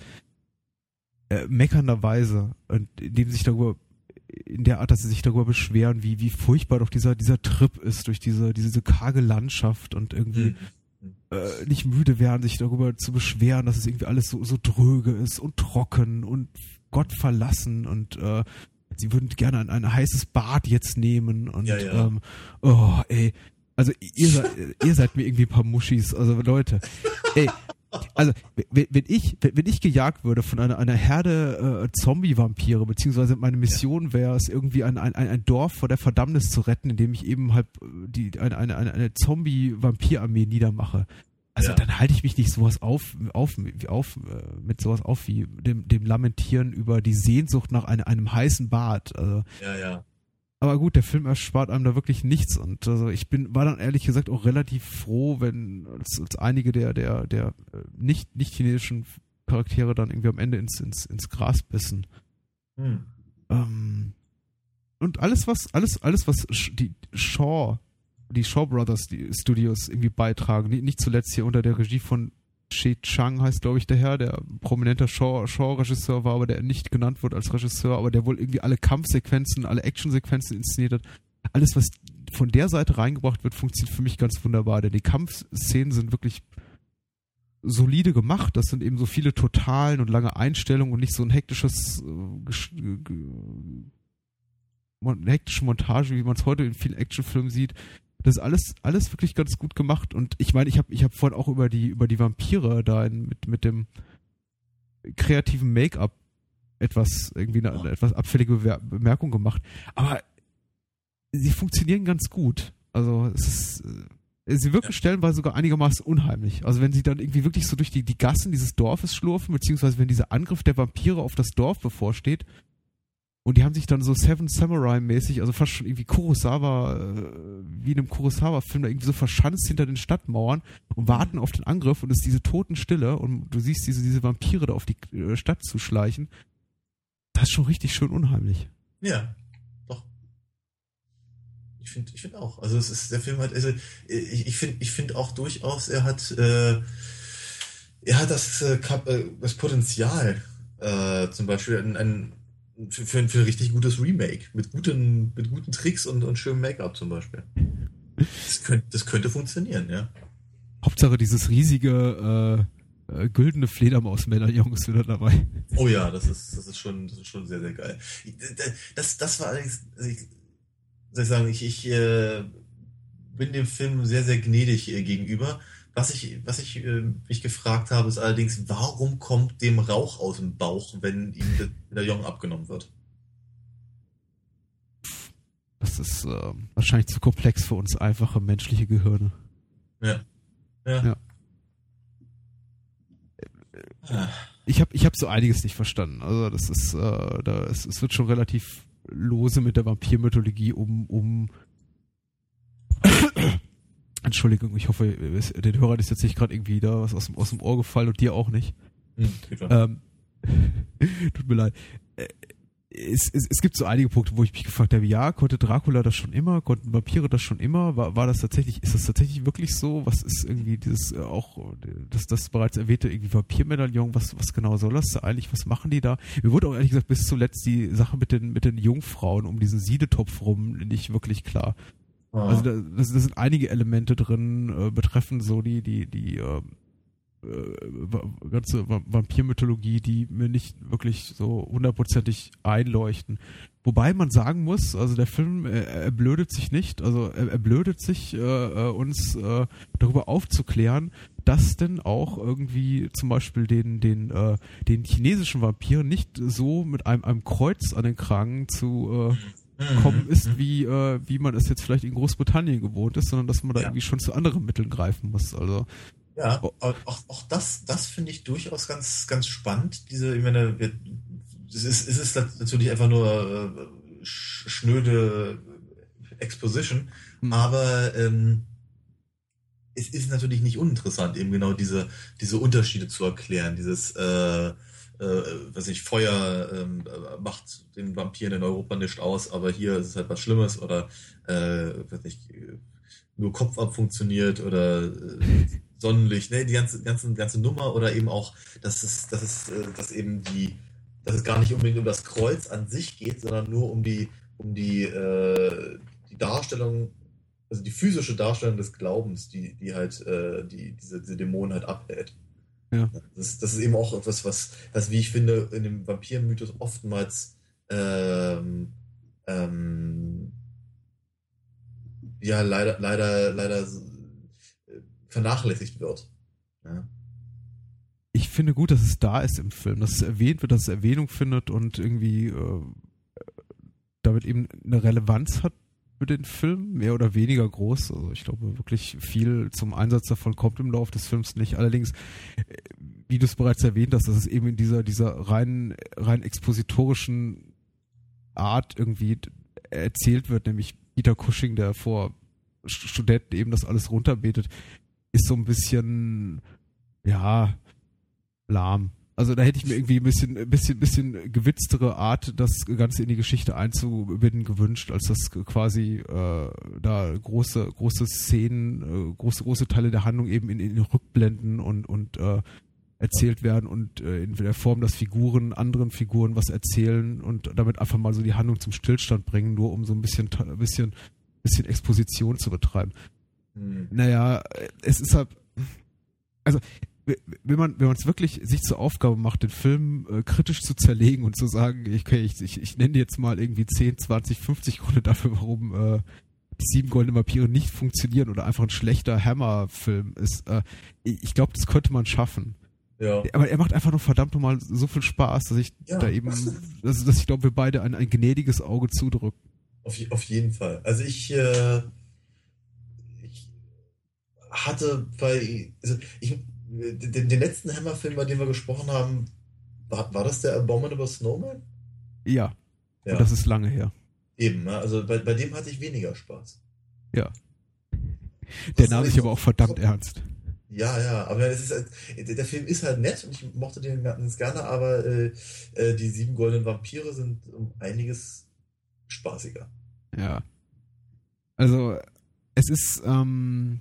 äh, meckernderweise und indem sie sich darüber, in der Art, dass sie sich darüber beschweren, wie, wie furchtbar doch dieser, dieser Trip ist durch diese, diese karge Landschaft und irgendwie Mhm. äh, nicht müde werden, sich darüber zu beschweren, dass es irgendwie alles so, so dröge ist und trocken und Gott verlassen und äh, sie würden gerne ein, ein heißes Bad jetzt nehmen und Ja, ja. Ähm, oh, ey, also ihr seid, ihr seid mir irgendwie ein paar Muschis, also Leute, ey, also wenn, wenn ich wenn, wenn ich gejagt würde von einer, einer Herde äh, Zombie-Vampire, beziehungsweise meine Mission wäre es irgendwie ein, ein, ein Dorf vor der Verdammnis zu retten, indem ich eben halt die, eine, eine, eine, eine Zombie-Vampir-Armee niedermache. Also Ja. dann halte ich mich nicht sowas auf, auf, auf äh, mit sowas auf wie dem, dem Lamentieren über die Sehnsucht nach eine, einem heißen Bad. Also, Ja, ja. aber gut, der Film erspart einem da wirklich nichts und also ich bin war dann ehrlich gesagt auch relativ froh, wenn als, als einige der der der äh, nicht nicht chinesischen Charaktere dann irgendwie am Ende ins ins ins Gras bissen. Hm. Ähm, und alles was alles alles was Sch- die Shaw die Shaw Brothers die Studios irgendwie beitragen, nicht, nicht zuletzt hier unter der Regie von Che Chang heißt, glaube ich, der Herr, der prominenter Shaw, Shaw-Regisseur war, aber der nicht genannt wird als Regisseur, aber der wohl irgendwie alle Kampfsequenzen, alle Actionsequenzen inszeniert hat. Alles, was von der Seite reingebracht wird, funktioniert für mich ganz wunderbar, denn die Kampfszenen sind wirklich solide gemacht. Das sind eben so viele Totalen und lange Einstellungen und nicht so ein hektisches äh, gesch- ge- mon- hektische Montage, wie man es heute in vielen Actionfilmen sieht. Das ist alles, alles wirklich ganz gut gemacht und ich meine, ich habe ich hab vorhin auch über die, über die Vampire da in, mit, mit dem kreativen Make-up etwas, irgendwie eine, eine etwas abfällige Bewer- Bemerkung gemacht, aber sie funktionieren ganz gut. Also es ist, äh, sie wirken stellenweise sogar einigermaßen unheimlich. Also wenn sie dann irgendwie wirklich so durch die, die Gassen dieses Dorfes schlurfen, beziehungsweise wenn dieser Angriff der Vampire auf das Dorf bevorsteht, und die haben sich dann so Seven Samurai-mäßig, also fast schon irgendwie Kurosawa, äh, wie in einem Kurosawa-Film, da irgendwie so verschanzt hinter den Stadtmauern und warten auf den Angriff und es ist diese Totenstille und du siehst diese, diese Vampire da auf die äh, Stadt zu schleichen. Das ist schon richtig schön unheimlich. Ja, doch. Ich finde ich finde auch. Also es ist der Film hat, also ich, ich finde ich finde auch durchaus, er hat äh, er hat das, äh, Kap- äh, das Potenzial, äh, zum Beispiel ein, ein für, für, ein, für ein richtig gutes Remake mit guten, mit guten Tricks und, und schönem Make-up zum Beispiel. Das könnte, das könnte funktionieren, ja. Hauptsache dieses riesige äh, äh, güldene Fledermaus-Medaillon ist wieder dabei. Oh ja, das ist, das ist schon, das ist schon sehr, sehr geil. Das, das war allerdings, also ich, soll ich sagen, ich, ich äh, bin dem Film sehr, sehr gnädig äh, gegenüber. Was ich, was ich äh, mich gefragt habe, ist allerdings, warum kommt dem Rauch aus dem Bauch, wenn ihm der Medaillon abgenommen wird? Das ist äh, wahrscheinlich zu komplex für uns einfache menschliche Gehirne. Ja. Ja. Ja. Ah. Ich habe ich hab so einiges nicht verstanden. Also das ist, äh, da, es, es wird schon relativ lose mit der Vampirmythologie um, um Entschuldigung, ich hoffe, es, den Hörern ist jetzt nicht gerade irgendwie da was aus dem, aus dem Ohr gefallen und dir auch nicht. Hm, geht schon. Ähm, tut mir leid. Äh, Es, es, es gibt so einige Punkte, wo ich mich gefragt habe, ja, konnte Dracula das schon immer, konnten Vampire das schon immer, war, war das tatsächlich, ist das tatsächlich wirklich so? Was ist irgendwie dieses, äh, auch, das, das bereits erwähnte irgendwie Vampirmedaillon, was, was genau soll das da eigentlich, was machen die da? Mir wurde auch ehrlich gesagt bis zuletzt die Sache mit den, mit den Jungfrauen um diesen Siedetopf rum nicht wirklich klar. Ah. Also da, das, da sind einige Elemente drin, äh, betreffend so die, die, die, äh, äh, ganze Vampirmythologie, die mir nicht wirklich so hundertprozentig einleuchten. Wobei man sagen muss, also der Film, er, er blödet sich nicht, also er, er blödet sich, äh, uns äh, darüber aufzuklären, dass denn auch irgendwie zum Beispiel den, den, äh, den chinesischen Vampiren nicht so mit einem, einem Kreuz an den Kragen zu äh, kommen ist, wie, äh, wie man es jetzt vielleicht in Großbritannien gewohnt ist, sondern dass man da Ja. irgendwie schon zu anderen Mitteln greifen muss. Also Ja, Oh. auch, auch, auch das, das finde ich durchaus ganz, ganz spannend. Diese, ich meine, wir, es ist, es ist natürlich einfach nur äh, sch- schnöde Exposition, Hm. aber ähm, es ist natürlich nicht uninteressant, eben genau diese, diese Unterschiede zu erklären. Dieses, äh, äh, was ich, Feuer ähm, äh, macht den Vampiren in Europa nicht aus, aber hier ist es halt was Schlimmes oder, äh, weiß nicht, äh, nur Kopf ab funktioniert oder äh, Sonnenlicht, ne, die ganze, ganze, ganze Nummer oder eben auch, dass es, dass es, äh, dass eben die, dass es gar nicht unbedingt um das Kreuz an sich geht, sondern nur um die, um die, äh, die Darstellung, also die physische Darstellung des Glaubens, die, die halt, äh, die, diese, diese Dämonen halt abhält. Ja. Das, das ist eben auch etwas, was, was, wie ich finde, in dem Vampirmythos oftmals, ähm, ähm, ja, leider, leider, leider äh, vernachlässigt wird. Ja. ich finde gut, dass es da ist im Film, dass es erwähnt wird, dass es Erwähnung findet und irgendwie äh, damit eben eine Relevanz hat für den Film, mehr oder weniger groß. Also ich glaube, wirklich viel zum Einsatz davon kommt im Laufe des Films nicht. Allerdings, wie du es bereits erwähnt hast, dass es eben in dieser, dieser rein, rein expositorischen Art irgendwie erzählt wird, nämlich Peter Cushing, der vor Studenten eben das alles runterbetet, ist so ein bisschen, ja, lahm. Also da hätte ich mir irgendwie ein bisschen, ein bisschen, bisschen gewitztere Art, das Ganze in die Geschichte einzubinden gewünscht, als das quasi äh, da große, große Szenen, äh, große, große Teile der Handlung eben in, in Rückblenden und, und äh, erzählt werden und äh, in der Form, dass Figuren anderen Figuren was erzählen und damit einfach mal so die Handlung zum Stillstand bringen, nur um so ein bisschen, ein bisschen, bisschen Exposition zu betreiben. Hm. Naja, es ist halt, also wenn man wenn man es wirklich sich zur Aufgabe macht, den Film äh, kritisch zu zerlegen und zu sagen, ich, okay, ich, ich, ich nenne jetzt mal irgendwie zehn, zwanzig, fünfzig Gründe dafür, warum äh, die sieben goldenen Vampire nicht funktionieren oder einfach ein schlechter Hammer-Film ist, äh, ich, ich glaube, das könnte man schaffen. Ja. Aber er macht einfach nur verdammt nochmal so viel Spaß, dass ich Ja. da eben, dass, dass ich glaube, wir beide ein, ein gnädiges Auge zudrücken. Auf, je- auf jeden Fall. Also ich, äh, ich hatte bei, also ich, den, den letzten Hammer-Film, bei dem wir gesprochen haben, war, war das der Abominable Snowman? Ja, Ja, und das ist lange her. eben. Ne? Also bei, bei dem hatte ich weniger Spaß. Ja. Der Was nahm soll sich ich- aber auch verdammt ernst. Ja, ja, aber es ist halt, der der Film ist halt nett und ich mochte den ganz gerne, aber äh, äh, die sieben goldenen Vampire sind um einiges spaßiger. Ja. Also, es ist, ähm,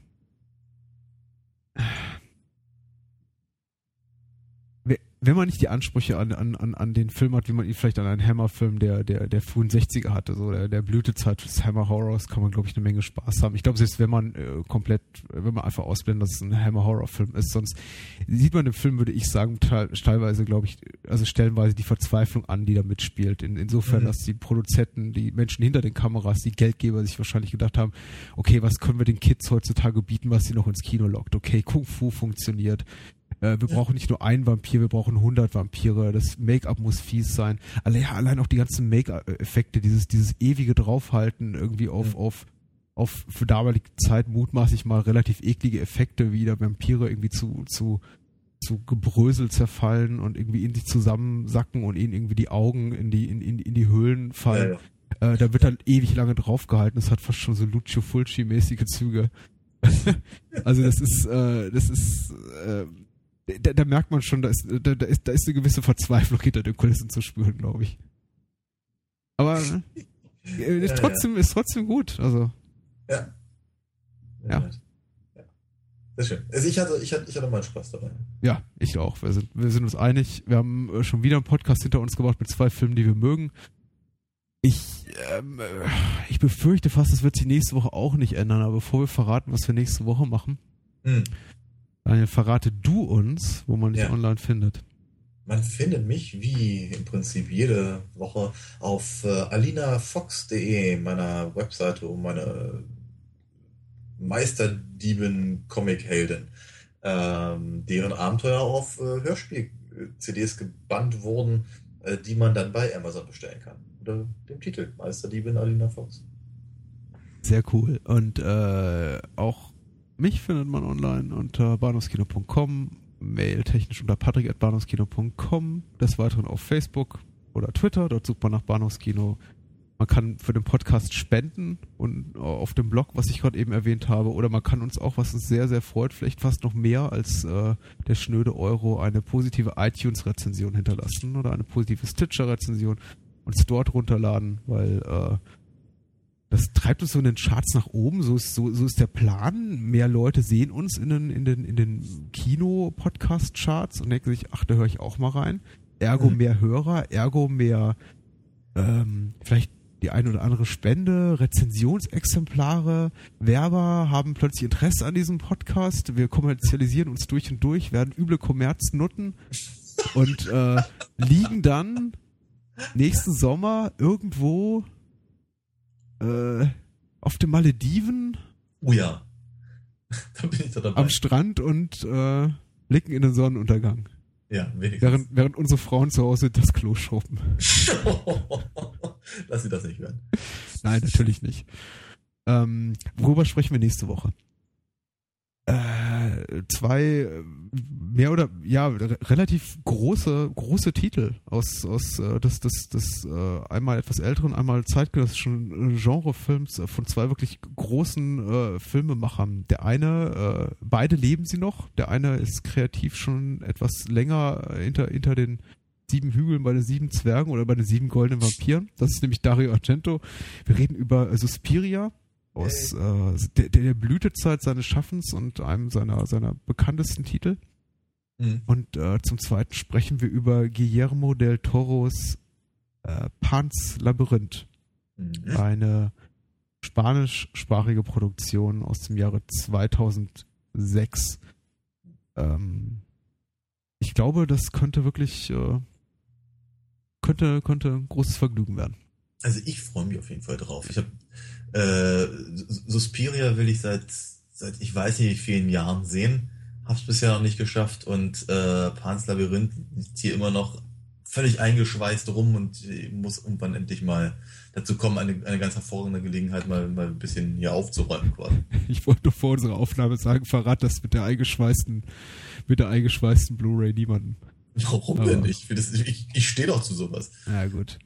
we- wenn man nicht die Ansprüche an, an, an, an den Film hat, wie man ihn vielleicht an einen Hammer-Film der, der, der frühen sechziger hatte, so der, der Blütezeit des Hammer-Horrors, kann man, glaube ich, eine Menge Spaß haben. Ich glaube, selbst wenn man äh, komplett, wenn man einfach ausblendet, dass es ein Hammer-Horror-Film ist, sonst sieht man im Film, würde ich sagen, teil, teilweise, glaube ich, also stellenweise die Verzweiflung an, die da mitspielt. In, insofern, Mhm. dass die Produzenten, die Menschen hinter den Kameras, die Geldgeber sich wahrscheinlich gedacht haben, okay, was können wir den Kids heutzutage bieten, was sie noch ins Kino lockt? Okay, Kung Fu funktioniert. Äh, wir Ja. brauchen nicht nur einen Vampir, wir brauchen hundert Vampire. Das Make-up muss fies sein. Alle, ja, allein auch die ganzen Make-up-Effekte, dieses, dieses ewige Draufhalten irgendwie auf, Mhm. auf, auf für damalige Zeit mutmaßlich mal relativ eklige Effekte, wie da Vampire irgendwie zu, zu, zu Gebrösel zerfallen und irgendwie in sich zusammensacken und ihnen irgendwie die Augen in die, in, in, in die Höhlen fallen. Ja, ja. Äh, da wird dann ewig lange draufgehalten. Das hat fast schon so Lucio Fulci-mäßige Züge. Also das ist, äh, das ist, äh, da, da merkt man schon, da ist, da, da ist, da ist eine gewisse Verzweiflung hinter den Kulissen zu spüren, glaube ich. Aber äh, ist Ja, trotzdem, ist trotzdem gut. Also Ja. Ja. Ja. Ja. Sehr schön. Also ich hatte, ich hatte, ich hatte meinen Spaß dabei. ja, ich auch. Wir sind, wir sind uns einig. Wir haben äh, schon wieder einen Podcast hinter uns gebracht mit zwei Filmen, die wir mögen. Ich, ähm, äh, ich befürchte fast, das wird sich nächste Woche auch nicht ändern. Aber bevor wir verraten, was wir nächste Woche machen, Hm. Daniel, verrate du uns, wo man dich Ja. online findet. Man findet mich wie im Prinzip jede Woche auf äh, alinafox punkt de, meiner Webseite, um meine Meisterdieben-Comic-Heldin, ähm, deren Abenteuer auf äh, Hörspiel-C Ds gebannt wurden, äh, die man dann bei Amazon bestellen kann. Unter dem Titel Meisterdiebin Alina Fox. Sehr cool. Und äh, auch mich findet man online unter bahnhofskino punkt com, mailtechnisch unter patrick at bahnhofskino punkt com, des Weiteren auf Facebook oder Twitter, dort sucht man nach Bahnhofskino. Man kann für den Podcast spenden und auf dem Blog, was ich gerade eben erwähnt habe, oder man kann uns auch, was uns sehr, sehr freut, vielleicht fast noch mehr als äh, der schnöde Euro, eine positive iTunes-Rezension hinterlassen oder eine positive Stitcher-Rezension, uns dort runterladen, weil äh, das treibt uns so in den Charts nach oben, so ist, so, so ist der Plan. Mehr Leute sehen uns in den, in den, in den Kino-Podcast-Charts und denken sich, ach, da höre ich auch mal rein. Ergo mehr Hörer, ergo mehr ähm, vielleicht die eine oder andere Spende, Rezensionsexemplare, Werber haben plötzlich Interesse an diesem Podcast. Wir kommerzialisieren uns durch und durch, werden üble Kommerznutten und äh, liegen dann nächsten Sommer irgendwo äh, auf den Malediven Oh ja, da bin ich da dabei. am Strand und äh, blicken in den Sonnenuntergang. Ja, wenigstens. Während, während unsere Frauen zu Hause das Klo schrubben. Lass sie das nicht hören. Nein, natürlich nicht. Ähm, worüber sprechen wir nächste Woche? Äh, zwei äh, mehr oder ja re- relativ große große Titel aus aus äh, des des des äh, einmal etwas älteren, einmal zeitgenössischen Genrefilms äh, von zwei wirklich großen äh, Filmemachern. Der eine, äh, beide leben sie noch. Der eine ist kreativ schon etwas länger äh, hinter hinter den sieben Hügeln bei den sieben Zwergen oder bei den sieben goldenen Vampiren. Das ist nämlich Dario Argento. Wir reden über äh, Suspiria. Aus äh, der, der Blütezeit seines Schaffens und einem seiner, seiner bekanntesten Titel. Mhm. Und äh, zum Zweiten sprechen wir über Guillermo del Toros äh, Pan's Labyrinth. Mhm. Eine spanischsprachige Produktion aus dem Jahre zweitausendsechs. Ähm, ich glaube, das könnte wirklich äh, könnte, könnte ein großes Vergnügen werden. Also ich freue mich auf jeden Fall drauf. Ich habe äh, Suspiria will ich seit seit ich weiß nicht wie vielen Jahren sehen, hab's bisher noch nicht geschafft und äh, Pan's Labyrinth liegt hier immer noch völlig eingeschweißt rum und ich muss irgendwann endlich mal dazu kommen, eine, eine ganz hervorragende Gelegenheit mal mal ein bisschen hier aufzuräumen quasi. Ich wollte nur vor unserer Aufnahme sagen, verrat das mit der eingeschweißten mit der eingeschweißten Blu-ray niemandem. Warum Aber- denn nicht? Ich, will das- ich, ich stehe doch zu sowas. Ja, gut.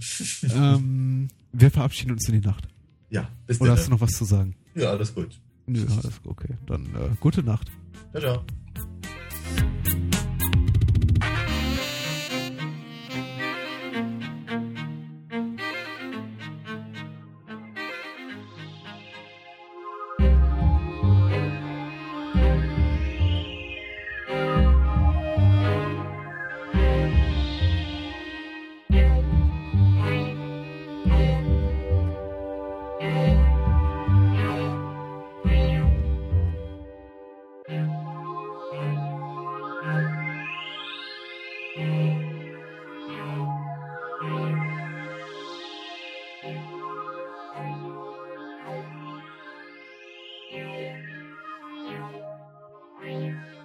ähm, wir verabschieden uns in die Nacht. Ja, bis Oder dann. hast du noch was zu sagen? Ja, alles gut. Nö, alles okay. Dann äh, gute Nacht. Ciao, ciao. Thank you.